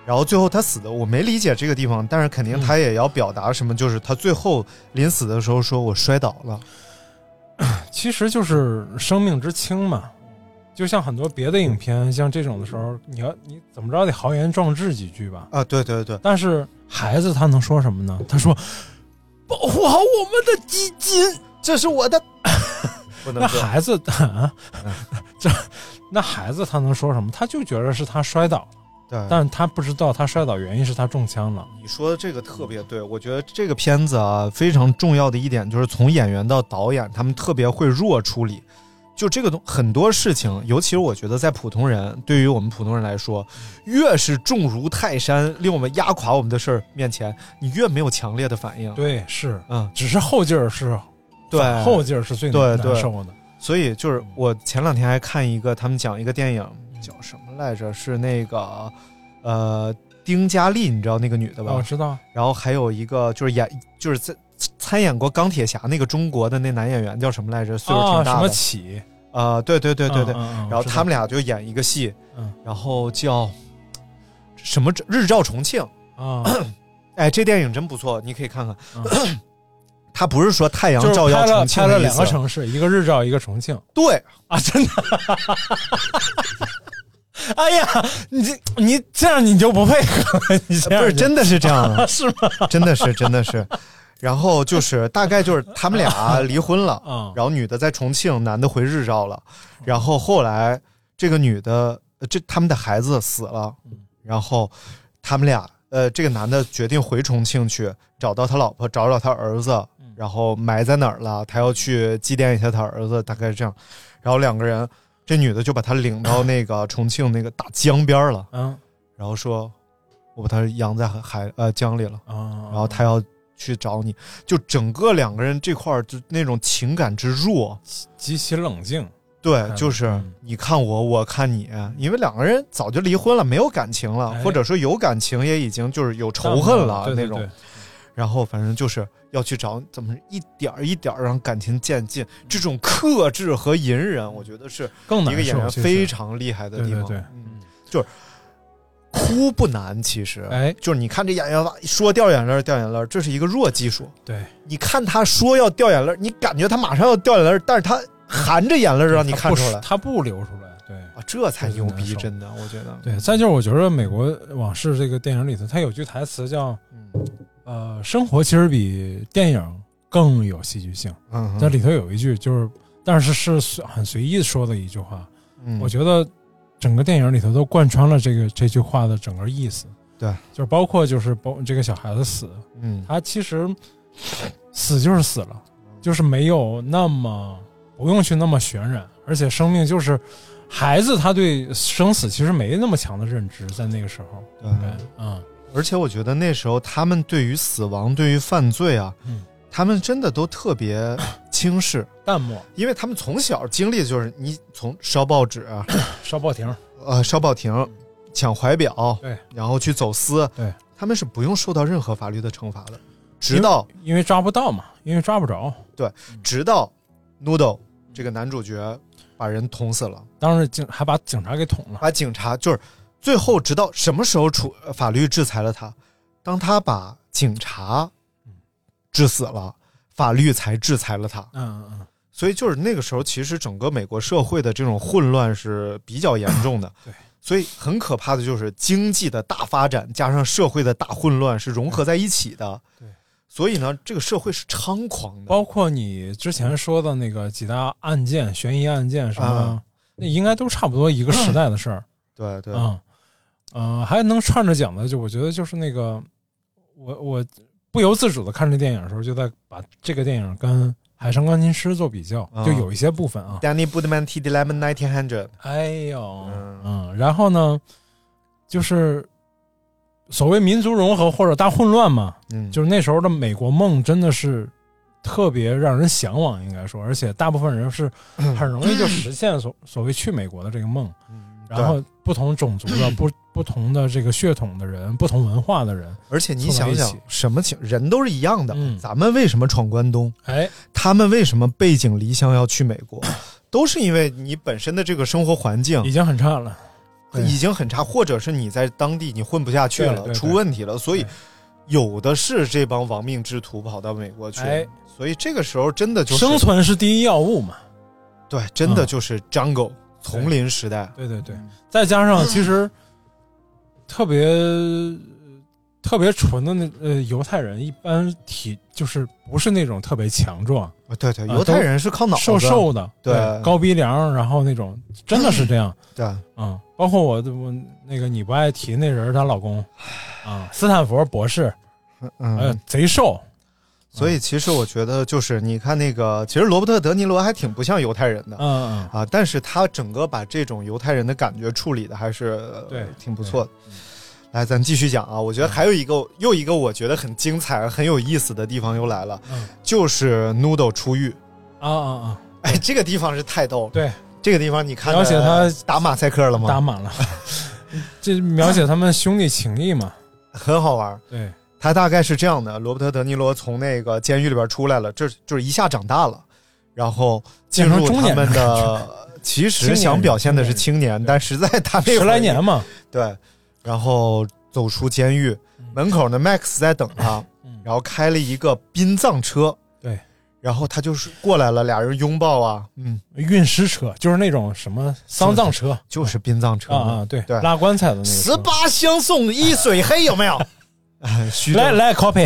然后最后他死的，我没理解这个地方，但是肯定他也要表达什么，就是他最后临死的时候说我摔倒了， 其实就是生命之轻嘛。就像很多别的影片，像这种的时候，你要你怎么着得豪言壮志几句吧？ 啊，对对对。 但是孩子他能说什么呢？他说：“保护好我们的基金， 这是我的。” 那孩子，啊、这那孩子他能说什么？他就觉得是他摔倒， 对， 但他不知道他摔倒原因是他中枪了。 你说的这个特别对，我觉得这个片子啊非常重要的一点就是从演员到导演，他们特别会弱处理。就这个很多事情，尤其是我觉得在普通人，对于我们普通人来说，越是重如泰山，令我们压垮我们的事儿面前，你越没有强烈的反应。 对，是， 嗯， 只是后劲儿是， 对， 后劲儿是最难受的。 所以就是我前两天还看一个，他们讲一个电影叫什么来着？是那个呃丁嘉丽，你知道那个女的吧？ 我、哦、知道。 然后还有一个就是演就是在参演过钢铁侠那个中国的那男演员叫什么来着？岁数挺大的。 啊、什么启？ 啊、呃，对对对对对。 嗯嗯嗯、 然后他们俩就演一个戏， 嗯， 然后叫什么日照重庆啊。 哎，这电影真不错，你可以看看。嗯他不是说太阳照耀重庆， 拍了两个城市，一个日照，一个重庆。 对啊，真的。哎呀，你这你这样你就不配合了，你这样不是真的是这样的， 是吗？ 真的是真的是。然后就是大概就是他们俩离婚了， 嗯、 然后女的在重庆，男的回日照了。然后后来这个女的，这他们的孩子死了，然后他们俩呃，这个男的决定回重庆去找到他老婆，找找他儿子。然后埋在哪儿了？他要去祭奠一下他儿子，大概是这样。然后两个人，这女的就把他领到那个重庆那个大江边了， 嗯， 然后说：“我把他养在海呃江里了。” 啊， 然后他要去找你，就整个两个人这块儿就那种情感之弱， 极其冷静。 对，就是你看我，我看你，因为两个人早就离婚了，没有感情了， 哎、 或者说有感情也已经就是有仇恨了对对对那种。然后反正就是要去找怎么一点一点让感情渐进，这种克制和隐忍，我觉得是一个演员非常厉害的地方。 对对对， 嗯，就是哭不难，其实， 哎， 就是你看这演员说掉眼泪掉眼泪，这是一个弱技术。 对， 你看他说要掉眼泪，你感觉他马上要掉眼泪，但是他含着眼泪让你看出来， 他不流出来。对啊，这才牛逼，真的，我觉得。 对，再就是我觉得《美国往事》这个电影里头，它有句台词叫。嗯呃，生活其实比电影更有戏剧性。 嗯， 在里头有一句就是，但是是很随意说的一句话。 嗯， 我觉得整个电影里头都贯穿了这个这句话的整个意思。 对， 就是包括就是包这个小孩子死， 嗯， 他其实死就是死了，就是没有那么不用去那么渲染，而且生命就是孩子，他对生死其实没那么强的认知，在那个时候。 对， 嗯。 而且我觉得那时候他们对于死亡、对于犯罪啊， 嗯， 他们真的都特别轻视、 淡漠， 因为他们从小经历的就是你从烧报纸、 烧报亭、 呃烧报亭、抢怀表， 对， 然后去走私， 对， 他们是不用受到任何法律的惩罚的，直到因为, 因为抓不到嘛，因为抓不着， 对，直到 Noodle 这个男主角把人捅死了， 当时警还把警察给捅了， 把警察就是。最后直到什么时候处法律制裁了他？当他把警察致死了，法律才制裁了他。 嗯嗯。 所以就是那个时候，其实整个美国社会的这种混乱是比较严重的。 对。 所以很可怕的就是经济的大发展加上社会的大混乱是融合在一起的。 对。 所以呢，这个社会是猖狂的。 包括你之前说的那个几大案件、悬疑案件什么，啊、那应该都差不多一个时代的事儿。 对对。 嗯。呃，还能串着讲的，就我觉得就是那个，我我不由自主的看这电影的时候，就在把这个电影跟《海上钢琴师》做比较， 嗯、 就有一些部分啊。 Danny Boodman T. Lemon nineteen hundred。 哎呦，嗯, 嗯，然后呢，就是所谓民族融合或者大混乱嘛， 嗯， 就是那时候的美国梦真的是特别让人向往，应该说，而且大部分人是很容易就实现所所谓去美国的这个梦。 嗯， 然后不同种族的不不同的这个血统的人，不同文化的人， 而且你想想，什么情人都是一样的、 嗯。 咱们为什么闯关东？ 哎， 他们为什么背井离乡要去美国？都是因为你本身的这个生活环境已经很差了。 已经很差，或者是你在当地你混不下去了， 对对对出问题了，所以有的是这帮亡命之徒跑到美国去， 哎， 所以这个时候真的就是生存是第一要务嘛。 对，真的就是 jungle、嗯、丛林时代。 对对对，再加上其实特别特别纯的那呃犹太人，一般体就是不是那种特别强壮。 对对，犹太人是靠脑子， 瘦瘦的， 对， 对高鼻梁，然后那种真的是这样。 对， 嗯，包括我我那个你不爱提那人她老公啊，斯坦福博士， 嗯， 呃，贼瘦。 所以其实我觉得就是你看那个，其实罗伯特·德尼罗还挺不像犹太人的， 嗯嗯啊，但是他整个把这种犹太人的感觉处理的还是对挺不错的。来，咱继续讲啊，我觉得还有一个、嗯、又一个我觉得很精彩、很有意思的地方又来了， 嗯、 就是 Noodle 出狱啊啊啊！ 哎，这个地方是太逗了。 对， 这个地方你看描写他打马赛克了吗？ 打满了，这描写他们兄弟情谊嘛， 很好玩。 对。 他大概是这样的，罗伯特·德尼罗从那个监狱里边出来了，这就是一下长大了，然后进入他们的，其实想表现的是青年，但实在他那十来年嘛， 对，然后走出监狱，门口呢 Max 在等他，然后开了一个殡葬车， 对， 然后他就是过来了，俩人拥抱啊，嗯， 运尸车就是那种什么丧葬车， 就是殡葬车啊啊，对对， 拉棺材的那个， 十八相送一水黑有没有？ 来来 copy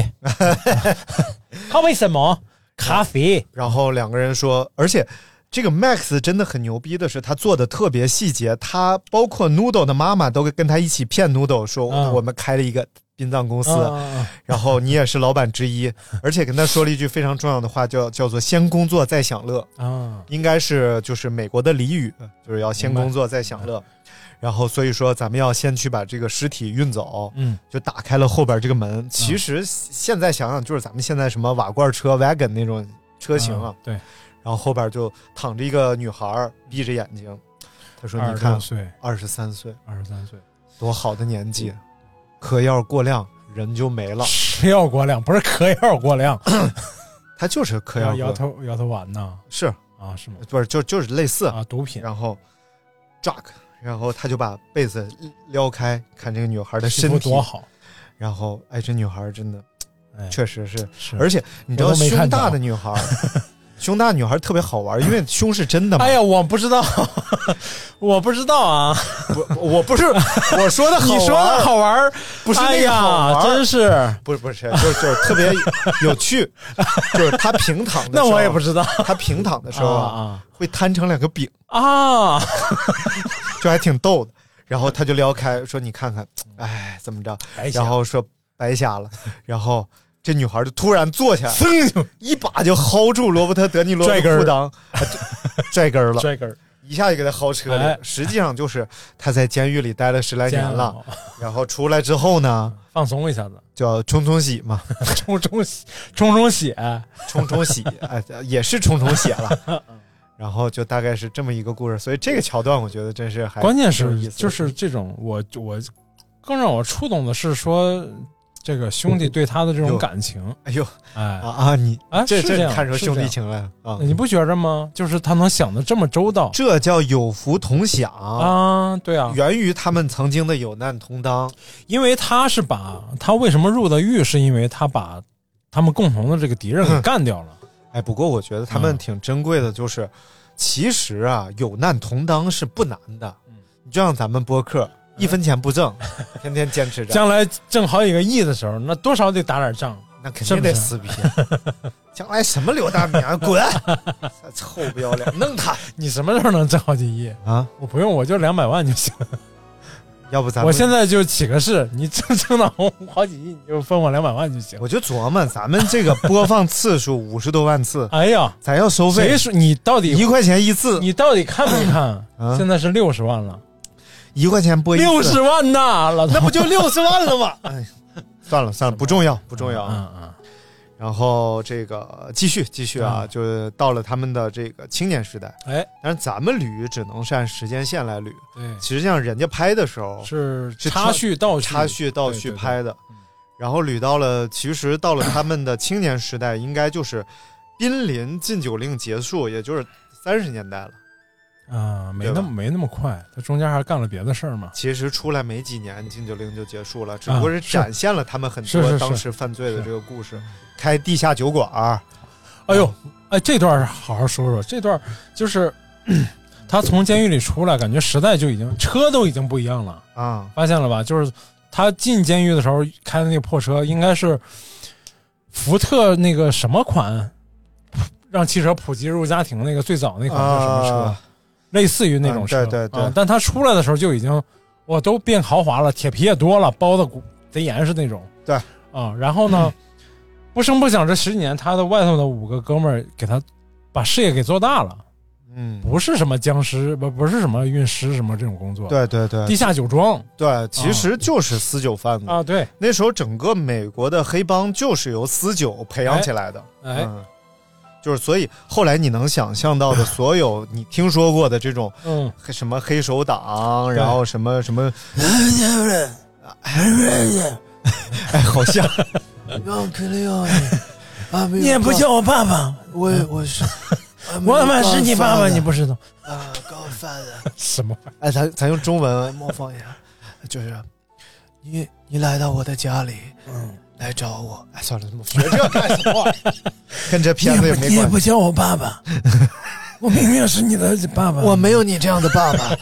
copy 什么咖啡？ 然后两个人说，而且这个 Max 真的很牛逼的是，他做的特别细节，他包括 Noodle 的妈妈都跟他一起骗 Noodle 说、嗯、我们开了一个殡葬公司、嗯、然后你也是老板之一，而且跟他说了一句非常重要的话，叫叫做先工作再享乐、 嗯、 应该是就是美国的俚语，就是要先工作再享乐。然后所以说咱们要先去把这个尸体运走， 嗯， 就打开了后边这个门。其实现在想想，就是咱们现在什么瓦罐车 wagon 那种车型啊， 嗯、对。 然后后边就躺着一个女孩，闭着眼睛。他说：“你看，二十三岁， 二十三岁， 多好的年纪，嗑药过量，人就没了。 吃药过量不是嗑药过量， 他就是嗑药过量， 摇头摇头丸呢？ 是啊，是吗？ 不是，就就是类似啊，毒品。 然后 Jack。”然后他就把被子撩开，看这个女孩的身体多好。 然后，哎，这女孩真的， 哎、 确实是， 是而且你知道胸大的女孩，胸大的女孩特别好玩，因为胸是真的嘛。 哎呀，我不知道，我不知道啊， 我我不是我说的好玩， 你说的好玩， 不是那个好玩， 哎、真是不是不是，就就是特别有趣，就是他平躺的时候， 那我也不知道， 他平躺的时候啊， 啊会摊成两个饼啊。 就还挺逗的，然后他就撩开说：“你看看，哎，怎么着？”然后说白瞎了，然后这女孩就突然坐下来，一把就薅住罗伯特·德尼罗的裤裆，拽根了， 拽根， 一下就给他薅车里。 哎、 实际上就是他在监狱里待了十来年了，然后出来之后呢， 放松一下子， 叫冲冲喜嘛， 冲冲喜，冲冲血， 冲冲喜，哎，也是冲冲血了。然后就大概是这么一个故事，所以这个桥段我觉得真是还关键是就是这种我我更让我触动的是说这个兄弟对他的这种感情。 哎呦， 哎啊啊，你啊这这看出兄弟情来啊？ 你不觉着吗？就是他能想得这么周到， 这叫有福同享啊！对啊， 源于他们曾经的有难同当。 因为他是把他为什么入的狱，是因为他把他们共同的这个敌人给干掉了。 哎，不过我觉得他们挺珍贵的，就是、嗯、其实啊，有难同当是不难的。嗯，你就像咱们播客，一分钱不挣，天天坚持着， 将来挣好几个亿的时候，那多少得打点仗， 那肯定得撕逼。将来什么刘大明啊，滚！臭不要脸，弄他！ 你什么时候能挣好几亿啊？ 我不用，我就两百万就行。 要不咱们我现在就起个誓，你挣挣到好几亿，你就分我两百万就行。 我就琢磨，咱们这个播放次数五十多万次， 哎呀， 咱要收费， 谁说你到底一块钱一次？ 你到底看没看？啊、现在是六十万了， 一块钱播一次， 六十万呐，老那不就六十万了吗？哎，算了算了，不重要不重要。 嗯嗯。 然后这个继续继续啊，嗯、就到了他们的这个青年时代。 哎， 但是咱们捋只能是按时间线来捋。 对， 实际上人家拍的时候是插叙倒叙， 插叙倒叙拍的。对对对，然后捋到了，其实到了他们的青年时代，应该就是濒临禁酒令结束，也就是三十年代了。 啊，没那么没那么快，他中间还干了别的事儿嘛。 其实出来没几年，禁酒令就结束了，只不过是展现了他们很多当时犯罪的这个故事。开地下酒馆， 哎呦，哎，这段好好说说。这段就是他从监狱里出来，感觉时代就已经车都已经不一样了啊， 发现了吧？就是他进监狱的时候开的那个破车，应该是福特那个什么款，让汽车普及入家庭那个最早那款叫什么车？啊类似于那种车， 嗯、对对对、 啊，但他出来的时候就已经，哇，都变豪华了，铁皮也多了，包的贼严实那种。 对啊，然后呢，嗯、不声不响这十几年，他的外头的五个哥们儿给他把事业给做大了。 嗯， 不是什么僵尸，不不是什么运尸什么这种工作。 对对对， 地下酒庄， 对，其实就是私酒贩子啊。对， 那时候整个美国的黑帮就是由私酒培养起来的。 哎。哎嗯就是，所以后来你能想象到的所有你听说过的这种， 嗯， 什么黑手党，然后什么什么，哎，好像， 你也不叫我爸爸， 我我是， 我他妈是你爸爸，你不知道啊？高范的什么？ 哎，咱咱用中文模仿一下，就是你你来到我的家里， 嗯。 来找我， 哎，算了，学这干什么？跟这片子也没关系。 你也不叫我爸爸，我明明是你的爸爸，我没有你这样的爸爸。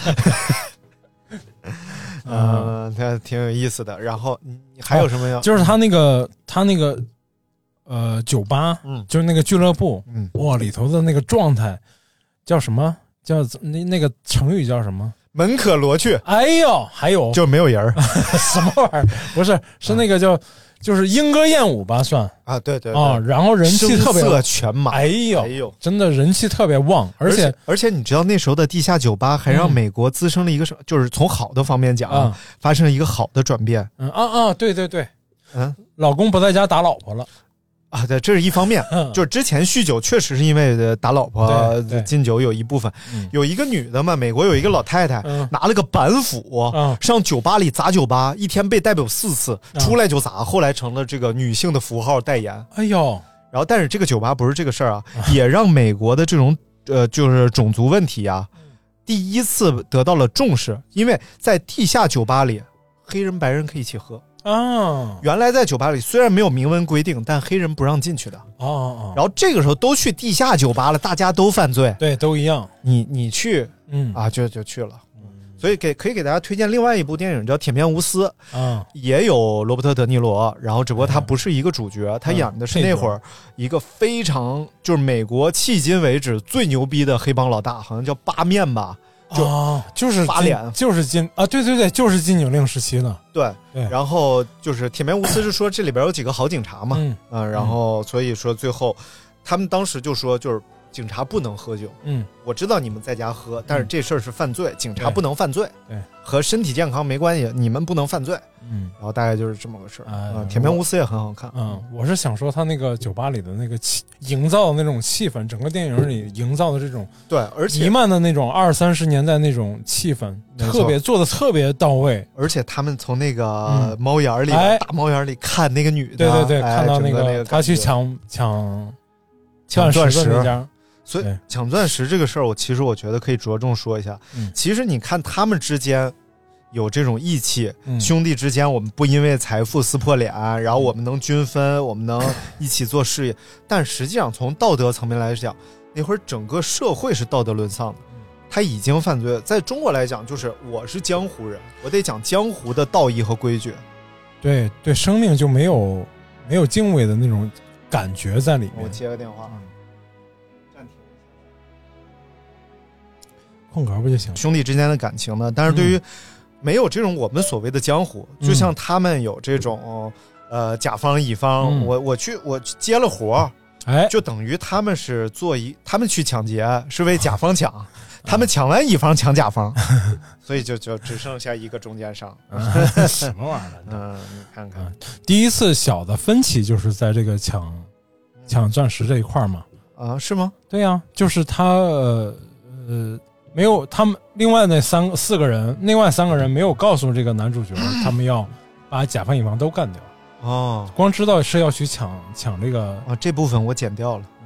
嗯，那挺有意思的。然后你还有什么要？ 哦、就是他那个他那个呃酒吧， 嗯， 就是那个俱乐部， 嗯， 哇，里头的那个状态叫什么？叫那那个成语叫什么？ 门可罗雀。 哎呦，还有就没有人儿， 什么玩意儿？不是，是那个叫。就是莺歌燕舞吧，算啊，对对对啊，然后人气特别声色犬马， 哎呦哎呦， 真的人气特别旺，而且而且, 而且你知道那时候的地下酒吧还让美国滋生了一个什么、嗯？就是从好的方面讲、 嗯， 发生了一个好的转变。 嗯啊啊，对对对， 嗯， 老公不在家打老婆了。 啊，对，这是一方面， 嗯、 就是之前酗酒确实是因为打老婆禁酒有一部分、 嗯， 有一个女的嘛，美国有一个老太太、嗯、拿了个板斧、 嗯、 上酒吧里砸酒吧，一天被逮捕四次、嗯，出来就砸，后来成了这个女性的符号代言。 哎呦， 然后但是这个酒吧不是这个事儿啊，也让美国的这种呃就是种族问题啊，第一次得到了重视，因为在地下酒吧里，黑人白人可以一起喝。 啊， 原来在酒吧里虽然没有明文规定，但黑人不让进去的。 哦哦， 然后这个时候都去地下酒吧了，大家都犯罪， 对，都一样。 你你去， 嗯啊，就就去了。嗯，所以给可以给大家推荐另外一部电影叫《铁面无私》， 啊， 也有罗伯特·德尼罗，然后只不过他不是一个主角，嗯、他演的是那会儿一个非常就是美国迄今为止最牛逼的黑帮老大，好像叫八面吧。就、 哦、就是发脸， 就是禁啊，对对对，就是禁酒令时期的， 对对。 然后就是铁面无私是说这里边有几个好警察嘛， 嗯啊，然后所以说最后他们当时就说就是警察不能喝酒， 嗯， 我知道你们在家喝，但是这事儿是犯罪， 嗯、 警察不能犯罪， 对， 和身体健康没关系，你们不能犯罪， 嗯， 然后大概就是这么个事儿， 哎、 啊，铁面无私也很好看， 嗯，我是想说他那个酒吧里的那个气营造的那种气氛，整个电影里营造的这种对，而且弥漫的那种二三十年代那种气氛，特别做的特别到位， 而且他们从那个猫眼里、嗯哎、大猫眼里看那个女的， 对对对， 哎、 看到那个, 那个他去抢抢抢钻石那家。 所以抢钻石这个事儿，我其实我觉得可以着重说一下。 嗯， 其实你看他们之间有这种义气， 嗯、 兄弟之间我们不因为财富撕破脸，然后我们能均分，我们能一起做事业。但实际上从道德层面来讲，那会儿整个社会是道德沦丧的，他已经犯罪了。在中国来讲，就是我是江湖人，我得讲江湖的道义和规矩。 对对，生命就没有没有敬畏的那种感觉在里面。 我接个电话。 空格不就行？ 兄弟之间的感情呢？但是对于没有这种我们所谓的江湖， 嗯、 就像他们有这种呃甲方乙方， 嗯、 我我去我接了活， 哎， 就等于他们是做一，他们去抢劫是为甲方抢，啊、他们抢完乙方抢甲方，所以就就只剩下一个中间商。 什么玩意儿？ 嗯，你看看， 嗯，第一次小的分歧就是在这个抢抢钻石这一块嘛。 啊，是吗？ 对呀、啊，就是他呃呃。没有，他们另外那三四个人，另外三个人没有告诉这个男主角，他们要把甲方乙方都干掉。 哦， 光知道是要去抢抢这个啊，这部分我剪掉了。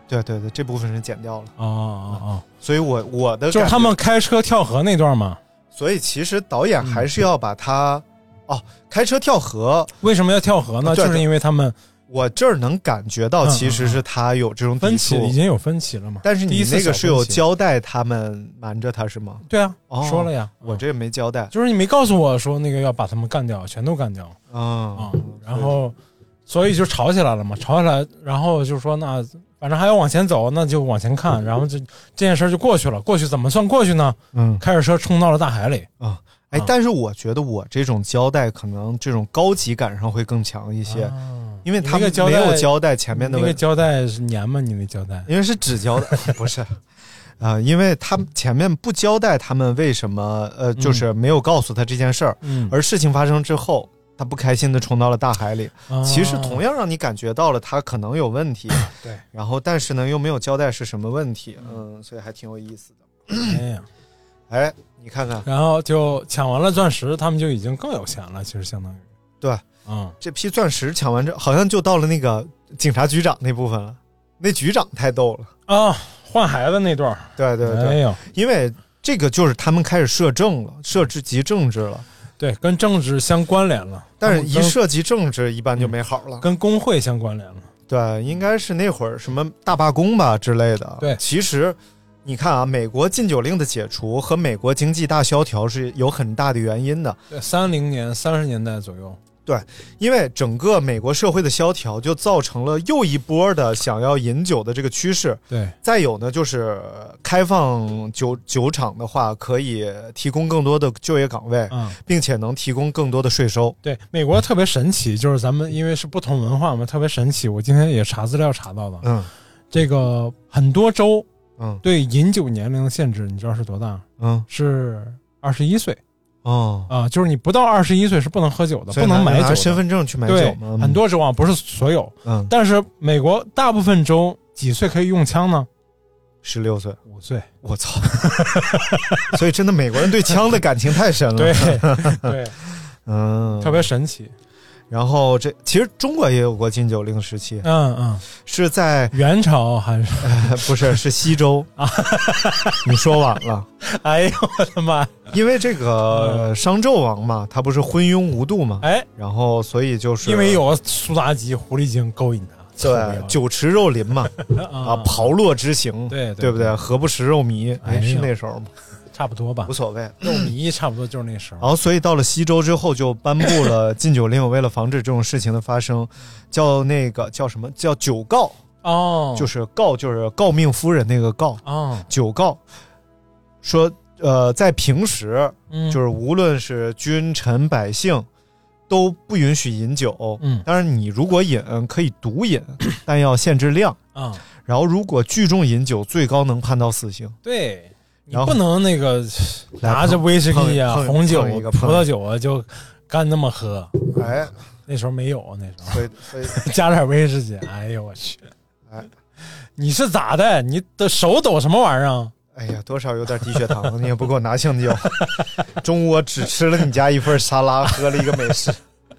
对对对，这部分是剪掉了。 哦哦哦， 所以我我的就是他们开车跳河那段嘛。 所以其实导演还是要把他、嗯、哦，开车跳河为什么要跳河呢？ 对对就是因为他们。 我这儿能感觉到，其实是他有这种分歧，已经有分歧了嘛。 但是你那个是有交代他们瞒着他是吗？ 对啊， 哦、 说了呀。 我这没交代， 就是你没告诉我说那个要把他们干掉，全都干掉。 啊啊、 嗯嗯，然后所以就吵起来了嘛，吵起来，然后就说那反正还要往前走，那就往前看，然后这这件事就过去了。过去怎么算过去呢？嗯，开着车冲到了大海里啊。哎，但是我觉得我这种交代可能这种高级感上会更强一些。啊，因为他们没有交代前面的问题。 那个交代是粘吗？你那交代？ 因为是只交代，不是，啊、呃，因为他们前面不交代他们为什么，呃，就是没有告诉他这件事儿，嗯，而事情发生之后，他不开心的冲到了大海里，哦、其实同样让你感觉到了他可能有问题， 对， 然后但是呢又没有交代是什么问题，嗯，所以还挺有意思的。 哎呀， 哎，你看看， 然后就抢完了钻石，他们就已经更有钱了，其实相当于， 对。 嗯， 这批钻石抢完之后，好像就到了那个警察局长那部分了。那局长太逗了啊！换孩子那段， 对对对， 没有， 因为这个就是他们开始涉政了，涉及政治了， 对，跟政治相关联了。 但是，一涉及政治，一般就没好了， 嗯、跟工会相关联了。 对，应该是那会儿什么大罢工吧之类的。 对， 其实你看啊，美国禁酒令的解除和美国经济大萧条是有很大的原因的。 对，三零年、三十年代左右。 对，因为整个美国社会的萧条就造成了又一波的想要饮酒的这个趋势。 对， 再有呢，就是开放酒酒厂的话，可以提供更多的就业岗位，嗯，并且能提供更多的税收。 对，美国特别神奇，就是咱们因为是不同文化嘛，特别神奇。我今天也查资料查到的， 嗯， 这个很多州， 嗯， 对饮酒年龄的限制，你知道是多大？ 嗯， 是二十一岁。 哦啊，就是你不到二十一岁是不能喝酒的，不能买酒的， 拿身份证去买酒吗？ 对，很多州啊，不是所有， 嗯， 但是美国大部分州几岁可以用枪呢？ 十六岁、 五岁。 我操！所以真的美国人对枪的感情太深了， 对对， 嗯， 特别神奇。 然后这其实中国也有过禁酒令时期， 嗯嗯， 是在元朝还是、 呃、不是是西周啊？你说晚了， 哎呦我的妈！ 因为这个商纣王嘛，他不是昏庸无度嘛， 哎， 然后所以就是因为有苏妲己狐狸精勾引他， 对，酒池肉林嘛，啊，炮烙之刑， 对 对, 对不对？何不食肉糜？哎，是那时候吗？ 差不多吧， 无所谓， 肉糜差不多就是那时候。 然后，所以到了西周之后，就颁布了禁酒令，为了防止这种事情的发生，叫那个叫什么叫酒告哦， 就是告就是诰命夫人那个告哦， 酒告说呃，在平时， 嗯， 就是无论是君臣百姓都不允许饮酒， 嗯， 当然你如果饮可以独饮，但要限制量啊。 然后如果聚众饮酒，最高能判到死刑。 对。你不能那个拿着威士忌啊、红酒、葡萄酒啊就干那么喝。 哎， 那时候没有，那时候所以所以加点威士忌。哎呦我去！ 哎， 你是咋的？你的手抖什么玩意儿啊？ 哎呀，多少有点低血糖，你也不给我拿香蕉。中午我只吃了你家一份沙拉，喝了一个美式。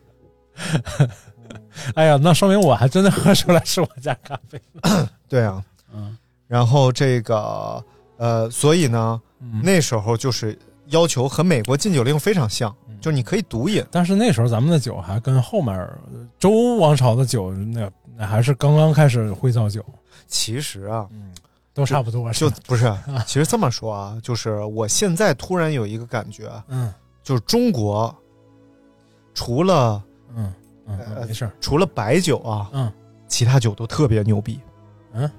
哎呀，那说明我还真的喝出来是我家咖啡。 对啊， 嗯， 然后这个。呃，所以呢、嗯，那时候就是要求和美国禁酒令非常像，嗯、就是你可以独饮， 但是那时候咱们的酒还跟后面周王朝的酒那那还是刚刚开始会造酒。 其实啊， 嗯，都差不多， 就不是。其实这么说啊，就是我现在突然有一个感觉， 嗯， 就是中国除了嗯嗯、呃、没事， 除了白酒啊， 嗯， 其他酒都特别牛逼， 嗯，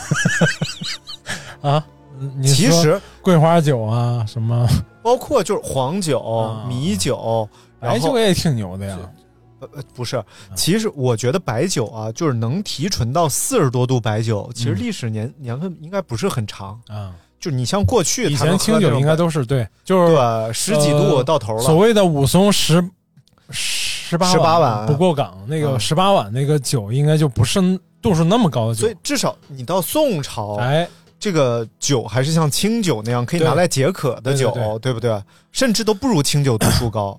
啊。 其实桂花酒啊，什么包括就是黄酒、啊、米酒， 白酒也挺牛的呀。 呃，不是，其实我觉得白酒啊，就是能提纯到四十多度白酒，其实历史年、嗯、年份应该不是很长啊。 就是你像过去以前清酒应该都是对，就是对十几度到头了。 呃、所谓的武松十十八十八碗不过岗，那个十八碗那个酒应该就不是度数那么高的酒， 所以至少你到宋朝， 哎。 这个酒还是像清酒那样可以拿来解渴的酒， 对, 对, 对, 对不对？甚至都不如清酒度数高。 对，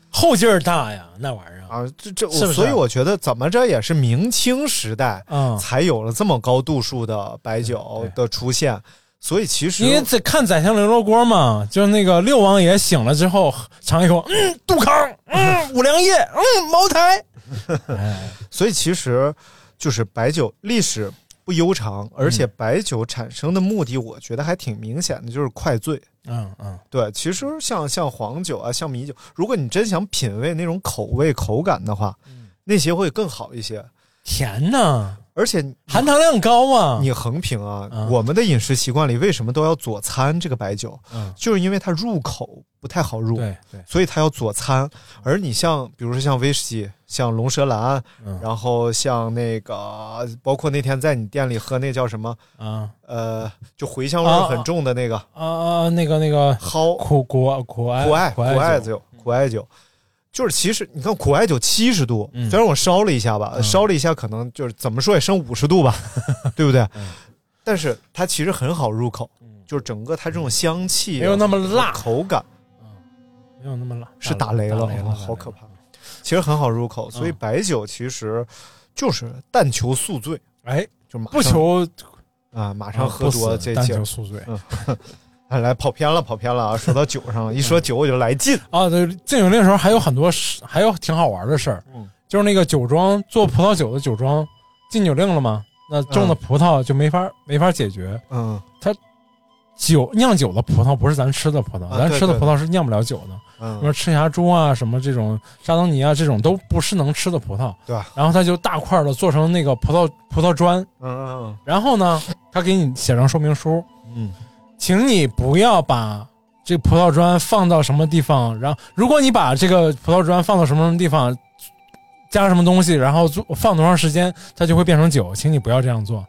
后劲儿大呀，那玩意儿啊，这这， 是不是所以我觉得怎么着也是明清时代， 嗯， 才有了这么高度数的白酒的出现。所以其实你得看宰相刘罗锅嘛，就是那个六王爷醒了之后尝一口，嗯，杜康，嗯，五粮液，嗯，茅台。 哎，所以其实就是白酒历史不悠长，而且白酒产生的目的，我觉得还挺明显的，就是快醉。 嗯嗯， 对，其实像像黄酒啊，像米酒，如果你真想品味那种口味口感的话，嗯、那些会更好一些。 甜呢， 而且含糖量高啊。 你横评啊、嗯，我们的饮食习惯里为什么都要佐餐这个白酒？嗯，就是因为它入口不太好入， 对对， 所以它要佐餐。而你像比如说像威士忌，像龙舌兰，嗯、然后像那个，包括那天在你店里喝那叫什么啊？呃，就茴香味很重的那个啊啊，那个那个蒿苦苦苦艾苦艾苦艾酒苦艾酒。就是其实你看苦艾酒七十度、嗯，虽然我烧了一下吧，嗯、烧了一下可能就是怎么说也升五十度吧，对不对、嗯？但是它其实很好入口，嗯、就是整个它这种香气没有那么辣， 口感， 嗯，没有那么辣， 是打雷了， 打雷了好可怕。其实很好入口，所以白酒其实就是但求速醉， 哎， 就马上不求啊，马上喝多这但求速醉。 嗯来跑偏了，跑偏了啊！说到酒上了，一说酒我就来劲啊！对，禁酒令的时候还有很多，还有挺好玩的事儿，嗯，就是那个酒庄做葡萄酒的酒庄禁酒令了嘛，那种的葡萄就没法、嗯、没法解决，嗯，它酒酿酒的葡萄不是咱吃的葡萄，啊、咱吃的葡萄是酿不了酒的，嗯，什么赤霞珠啊，什么这种沙登尼啊，这种都不是能吃的葡萄， 对吧？ 然后他就大块的做成那个葡萄葡萄砖， 嗯嗯嗯， 然后呢，他给你写上说明书，嗯。请你不要把这葡萄砖放到什么地方，然后如果你把这个葡萄砖放到什么地方，加什么东西，然后放多长时间，它就会变成酒，请你不要这样做。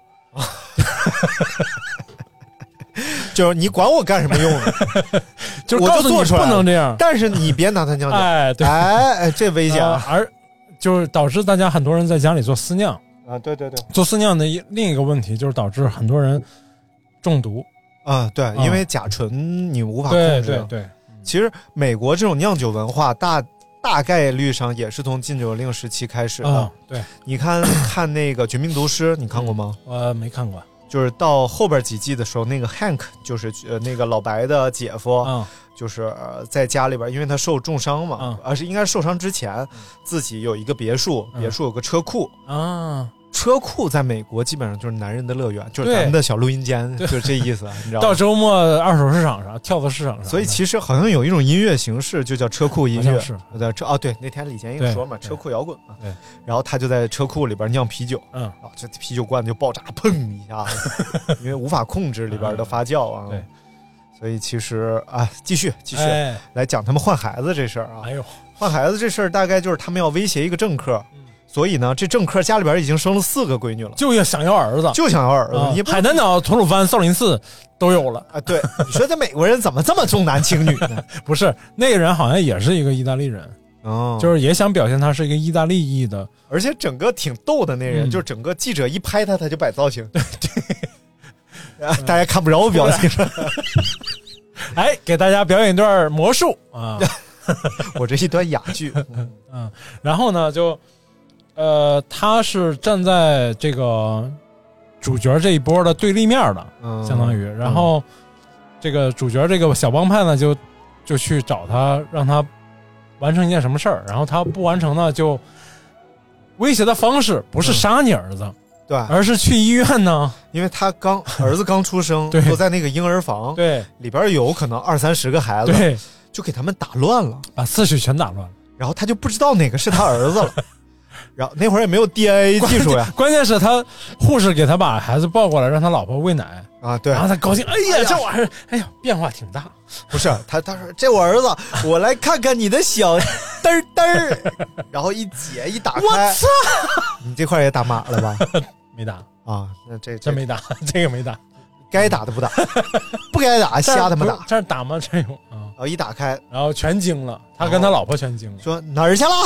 就是你管我干什么用呢？ 就是告诉你不能这样， 但是你别拿它酿酒。 哎，对， 哎，这危险、 呃，而就是导致大家很多人在家里做私酿啊，对对对， 做私酿的另一个问题就是导致很多人中毒。 啊，对，因为甲醇你无法控制。 对对对， 其实美国这种酿酒文化大大概率上也是从禁酒令时期开始的。 哦、对， 你看看那个《绝命毒师》，你看过吗？ 我、呃、没看过。 就是到后边几季的时候，那个 Hank 就是呃那个老白的姐夫，嗯、就是呃在家里边，因为他受重伤嘛，嗯、而是应该受伤之前、嗯、自己有一个别墅，嗯、别墅有个车库啊。车库在美国基本上就是男人的乐园，就是咱们的小录音间，就是这意思，你知道吗？ 到周末二手市场上跳蚤市场上， 所以其实好像有一种音乐形式就叫车库音乐，是对车哦，对，那天李建英说嘛，车库摇滚嘛，对，然后他就在车库里边酿啤酒，嗯，然后这啤酒罐就爆炸，砰一下，因为无法控制里边的发酵啊，对，所以其实啊，继续继续、哎、来讲他们换孩子这事儿啊， 哎呦， 换孩子这事儿大概就是他们要威胁一个政客。所以呢，这政客家里边已经生了四个闺女了， 就要想要儿子， 就想要儿子。 啊、海南岛、吐鲁番、少林寺都有了啊。对，你说这美国人怎么这么重男轻女呢？ 不是，那个人好像也是一个意大利人，哦，就是也想表现他是一个意大利裔的， 而且整个挺逗的那人，嗯、就是整个记者一拍他，他就摆造型，对对、啊，大家看不着我表情。 哎，给大家表演一段魔术啊！ 我这一段哑剧， 嗯，然后呢就。呃，他是站在这个主角这一波的对立面的，嗯、相当于，然后、嗯、这个主角这个小帮派呢，就就去找他，让他完成一件什么事儿，然后他不完成呢，就威胁的方式不是杀你儿子，嗯、 对， 而是去医院呢， 因为他刚儿子刚出生，都在那个婴儿房， 对， 里边有可能二三十个孩子， 对， 就给他们打乱了， 把次序全打乱了， 然后他就不知道哪个是他儿子了。然后那会儿也没有 D N A 技术呀， 关键是他护士给他把孩子抱过来，让他老婆喂奶啊，对， 然后他高兴，哎呀，哎呀这玩意儿，哎呀，变化挺大。 不是他，他说这我儿子，我来看看你的小嘚儿嘚儿，然后一解一打开， 我操， 你这块也打码了吧？ 没打啊，那这真没打，这个没打， 该打的不打，不该打瞎他妈打， 这打吗？这有啊， 然后一打开， 然后全惊了，他跟他老婆全惊了， 说哪儿去了？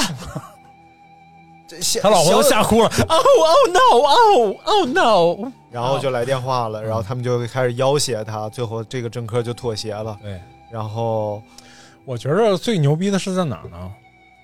他老婆都吓哭了，哦哦 no 哦哦 no， 然后就来电话了，然后他们就开始要挟他，最后这个政客就妥协了。 对， 然后我觉得最牛逼的是在哪儿呢？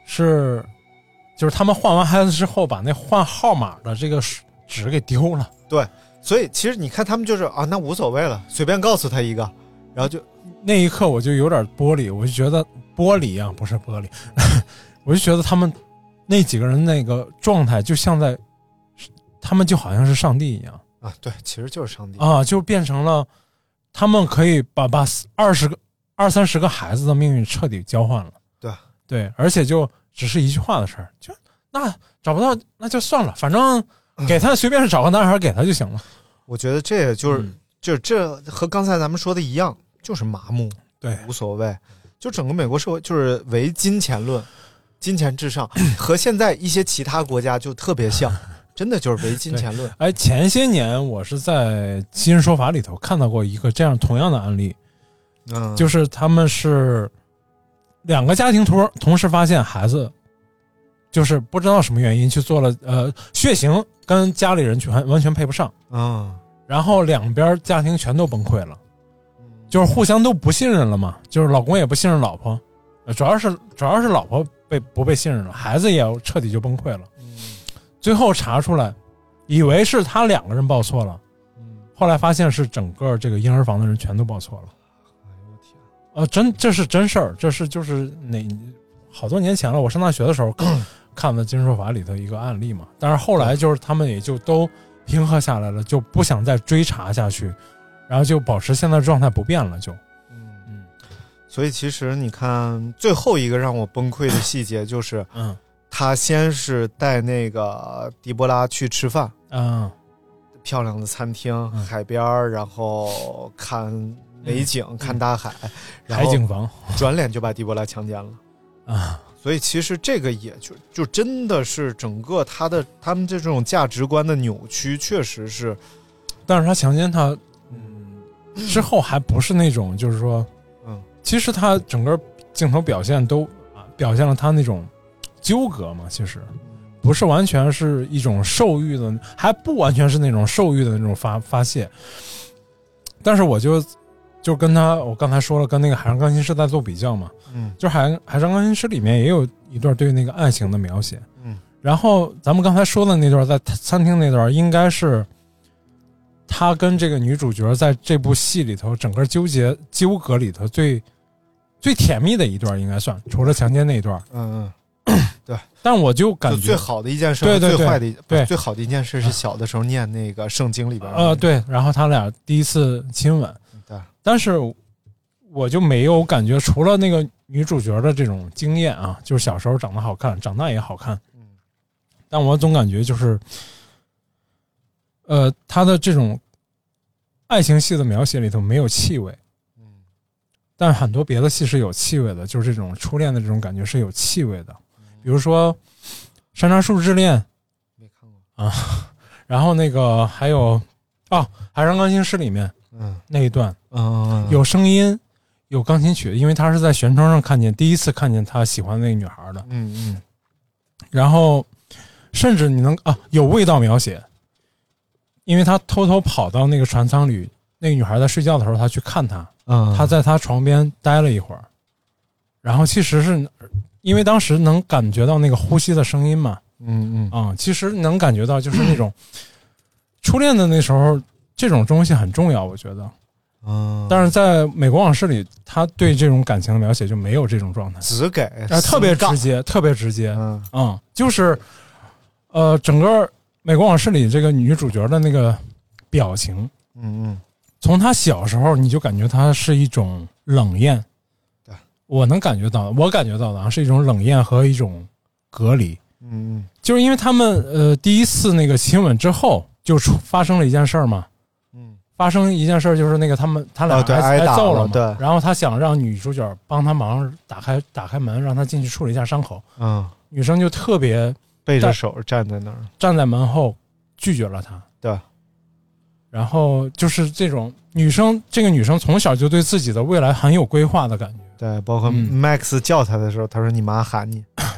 是就是他们换完孩子之后把那换号码的这个纸给丢了。 对，所以其实你看他们就是啊，那无所谓了，随便告诉他一个，然后就那一刻我就有点玻璃，我就觉得玻璃啊，不是玻璃，我就觉得他们那几个人那个状态就像在，他们就好像是上帝一样啊，对，其实就是上帝啊，就变成了他们可以把把二十个二三十个孩子的命运彻底交换了。 对对，而且就只是一句话的事儿，就那找不到那就算了，反正给他随便是找个男孩给他就行了。 我觉得这也就是、嗯、就这和刚才咱们说的一样，就是麻木， 对， 无所谓。就整个美国社会就是唯金钱论，金钱至上，和现在一些其他国家就特别像，真的就是唯金钱论。 哎，前些年我是在今日说法里头看到过一个这样同样的案例，嗯，就是他们是两个家庭同同时发现孩子就是不知道什么原因去做了呃血型跟家里人全完全配不上， 嗯， 然后两边家庭全都崩溃了。就是互相都不信任了嘛，就是老公也不信任老婆，主要是主要是老婆被不被信任了，孩子也彻底就崩溃了。嗯，最后查出来，以为是他两个人报错了，嗯，后来发现是整个这个婴儿房的人全都报错了。哎呦我天！呃，真这是真事儿，这是就是那好多年前了，我上大学的时候看看的《金说法》里头一个案例嘛，但是后来就是他们也就都平和下来了，就不想再追查下去。然后就保持现在状态不变了，就， 嗯嗯，所以其实你看最后一个让我崩溃的细节就是，嗯，他先是带那个狄波拉去吃饭， 嗯， 漂亮的餐厅、嗯、海边，然后看美景、嗯、看大海，嗯、 海景房， 转脸就把狄波拉强奸了， 啊， 所以其实这个也就就真的是整个他的他们这种价值观的扭曲，确实是， 但是他强奸他。之后还不是那种就是说嗯，其实他整个镜头表现都啊表现了他那种纠葛嘛，其实不是完全是一种兽欲的，还不完全是那种兽欲的那种发发泄。但是我就就跟他我刚才说了跟那个海上钢琴师在做比较嘛，嗯，就海海上钢琴师里面也有一段对那个爱情的描写，嗯，然后咱们刚才说的那段在餐厅那段应该是他跟这个女主角在这部戏里头整个纠结纠葛里头最最甜蜜的一段应该算，除了强奸那一段。 嗯嗯，对。 但我就感觉就最好的一件事， 对对对， 最坏的对最好的一件事是小的时候念那个圣经里边。 呃，对，然后他俩第一次亲吻。 对。 但是我就没有感觉，除了那个女主角的这种经验啊，就是小时候长得好看，长大也好看。嗯。但我总感觉就是。呃，他的这种爱情戏的描写里头没有气味，嗯，但很多别的戏是有气味的，就是这种初恋的这种感觉是有气味的，嗯、比如说《山楂树之恋》， 没看过啊，然后那个还有啊，《海上钢琴师》里面，嗯，那一段， 嗯， 有声音，有钢琴曲，因为他是在舷窗上看见，第一次看见他喜欢的那个女孩的， 嗯嗯， 然后甚至你能啊，有味道描写。因为他偷偷跑到那个船舱里，那个女孩在睡觉的时候，他去看她，嗯，他在她床边待了一会儿，然后其实是因为当时能感觉到那个呼吸的声音嘛， 嗯嗯啊、嗯，其实能感觉到就是那种初恋的那时候，这种东西很重要，我觉得， 嗯， 但是在美国往事里，他对这种感情的描写就没有这种状态， 只给， 呃，特别直接，特别直接，嗯嗯，就是呃，整个。美国往事里这个女主角的那个表情， 嗯嗯， 从她小时候你就感觉她是一种冷艳， 对， 我能感觉到，我感觉到的啊是一种冷艳和一种隔离， 嗯嗯， 就是因为他们呃第一次那个亲吻之后就出发生了一件事儿嘛， 嗯， 发生一件事儿就是那个他们他俩挨挨揍了嘛， 对， 然后他想让女主角帮他忙打开打开门，让他进去处理一下伤口， 嗯， 女生就特别。 背着手站在那儿， 站在门后拒绝了他。 对， 然后就是这种女生，这个女生从小就对自己的未来很有规划的感觉。 对，包括 Max 叫她的时候，她说：“你妈喊你。” 对，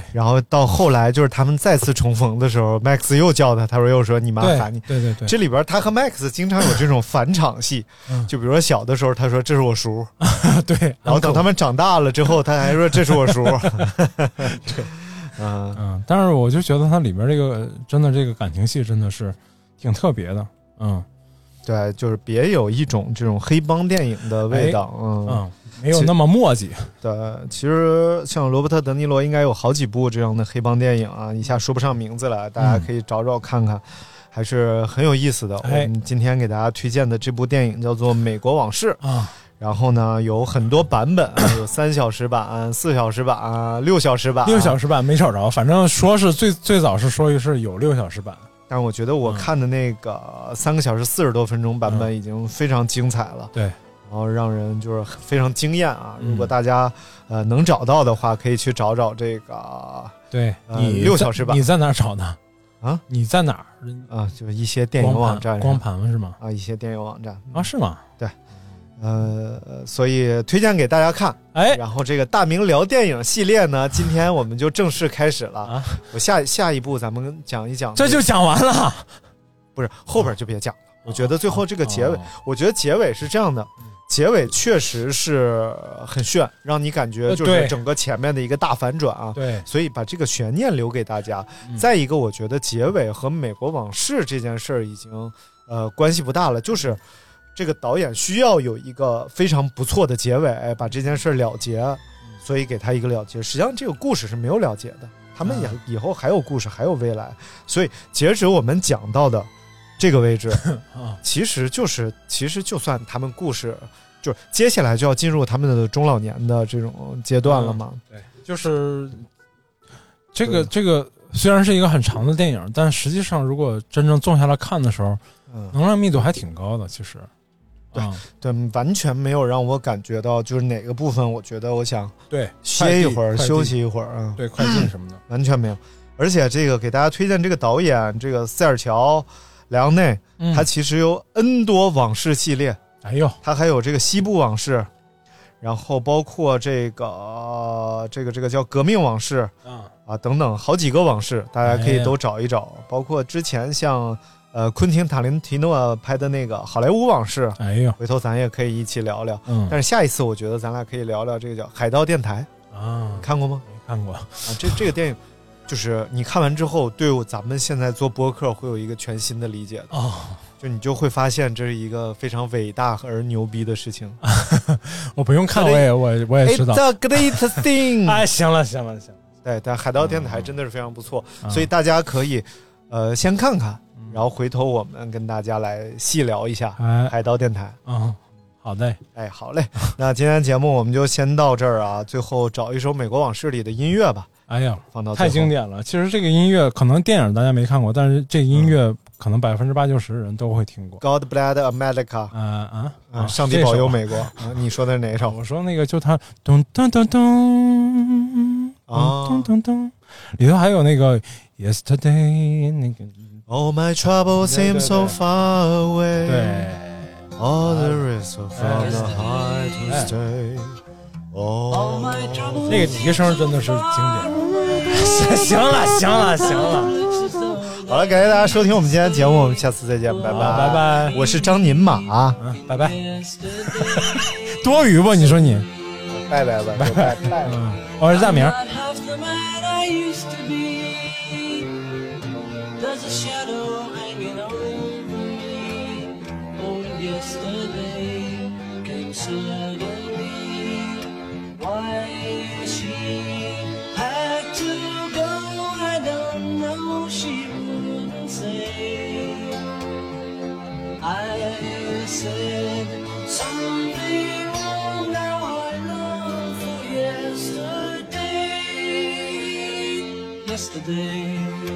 然后到后来就是他们再次重逢的时候 Max 又叫他，他说又说你妈喊你。 对对对， 这里边他和 Max 经常有这种返场戏，嗯、就比如说小的时候他说这是我叔， 对， 然后等他们长大了之后他还说这是我叔。对， 嗯嗯，但是我就觉得它里边这个真的这个感情戏真的是挺特别的，嗯， 对，就是别有一种这种黑帮电影的味道，哎、嗯嗯，没有那么墨迹。 对，其实像罗伯特·德尼罗应该有好几部这样的黑帮电影啊，一下说不上名字来，大家可以找找看看，嗯、还是很有意思的。 哎、 我们今天给大家推荐的这部电影叫做《美国往事》 啊。 然后呢，有很多版本，有三小时版、四小时版、六小时版。 六小时版没找着，反正说是最最早是说是有六小时版， 但是我觉得我看的那个三个小时四十多分钟版本已经非常精彩了。 对、嗯， 然后让人就是非常惊艳啊！如果大家、嗯、呃能找到的话，可以去找找这个。 对， 呃、 你六小时版你在哪儿找的？ 啊， 你在哪儿啊？就是一些电影网站， 光盘是吗？ 啊，一些电影网站啊，是吗？ 对。呃，所以推荐给大家看。 哎， 然后这个大明聊电影系列呢，今天我们就正式开始了。啊，我下下一步咱们讲一讲、 这个，这就讲完了。 不是，后边就别讲了。哦、我觉得最后这个结尾，哦、我觉得结尾是这样的，结尾确实是很炫，让你感觉就是整个前面的一个大反转啊。 对， 所以把这个悬念留给大家。嗯、再一个，我觉得结尾和美国往事这件事儿已经呃关系不大了，就是。这个导演需要有一个非常不错的结尾，把这件事了结，所以给他一个了结。实际上这个故事是没有了结的，他们也以后还有故事，还有未来。所以截止我们讲到的这个位置，其实就是其实就算他们故事，就是接下来就要进入他们的中老年的这种阶段了嘛。 嗯、对，就是这个这个虽然是一个很长的电影，但实际上如果真正纵下来看的时候，嗯、能量密度还挺高的，其实。 对、嗯、对，完全没有让我感觉到就是哪个部分我觉得我想对歇一会儿休息一会儿啊， 对，快进什么的、嗯、 完全没有。而且这个给大家推荐这个导演这个塞尔乔莱昂内、嗯、他其实有 N 多往事系列， 哎呦， 他还有这个西部往事，然后包括这个、呃、这个这个叫革命往事、嗯、啊等等好几个往事，大家可以都找一找、哎、包括之前像呃，昆汀·塔伦提诺拍的那个《好莱坞往事》， 哎呦， 回头咱也可以一起聊聊。 嗯， 但是下一次我觉得咱俩可以聊聊这个叫《海盗电台》 啊， 看过吗？ 没看过啊。 这这个电影，就是你看完之后，对咱们现在做播客会有一个全新的理解的哦。 就你就会发现这是一个非常伟大而牛逼的事情。 我不用看，我也我我也知道。 It's a great thing。 哎，行了行了行了。 对，但《海盗电台》真的是非常不错，嗯、所以大家可以呃先看看。然后回头我们跟大家来细聊一下海盗电台。 嗯，好的， 哎，好嘞。那今天节目我们就先到这儿啊，最后找一首《美国往事》里的音乐吧。 哎呀， 放到太经典了。其实这个音乐可能电影大家没看过，但是这个音乐可能百分之八九十人都会听过。 God bless America。 啊啊啊！上帝保佑美国。啊，你说的是哪一首？ 我说那个就他咚咚咚咚啊咚咚咚，里头还有那个 Yesterday 那个。 All my troubles seem so far away. 对 All the risks from the high to stay. All 那个笛声真的是经典。行了行了行了， 好了，感谢大家收听我们今天的节目，我们下次再见，拜拜拜拜。 我是张宁马， 嗯，拜拜。多余不？你说你？ 拜拜拜拜拜拜。 嗯，我是大明。 Yesterday,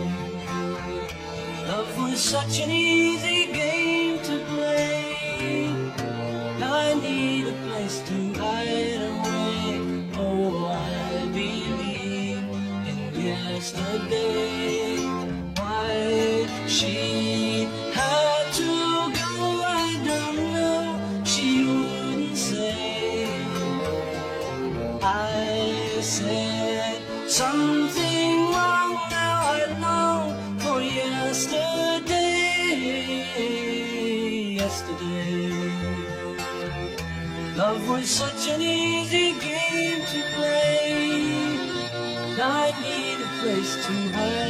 love was such an easy game to play. I need a place to hide away. Oh, I believe in yesterday. Why she had to go, I don't know. She wouldn't say. I said something yesterday. Love was such an easy game to play. I need a place to hide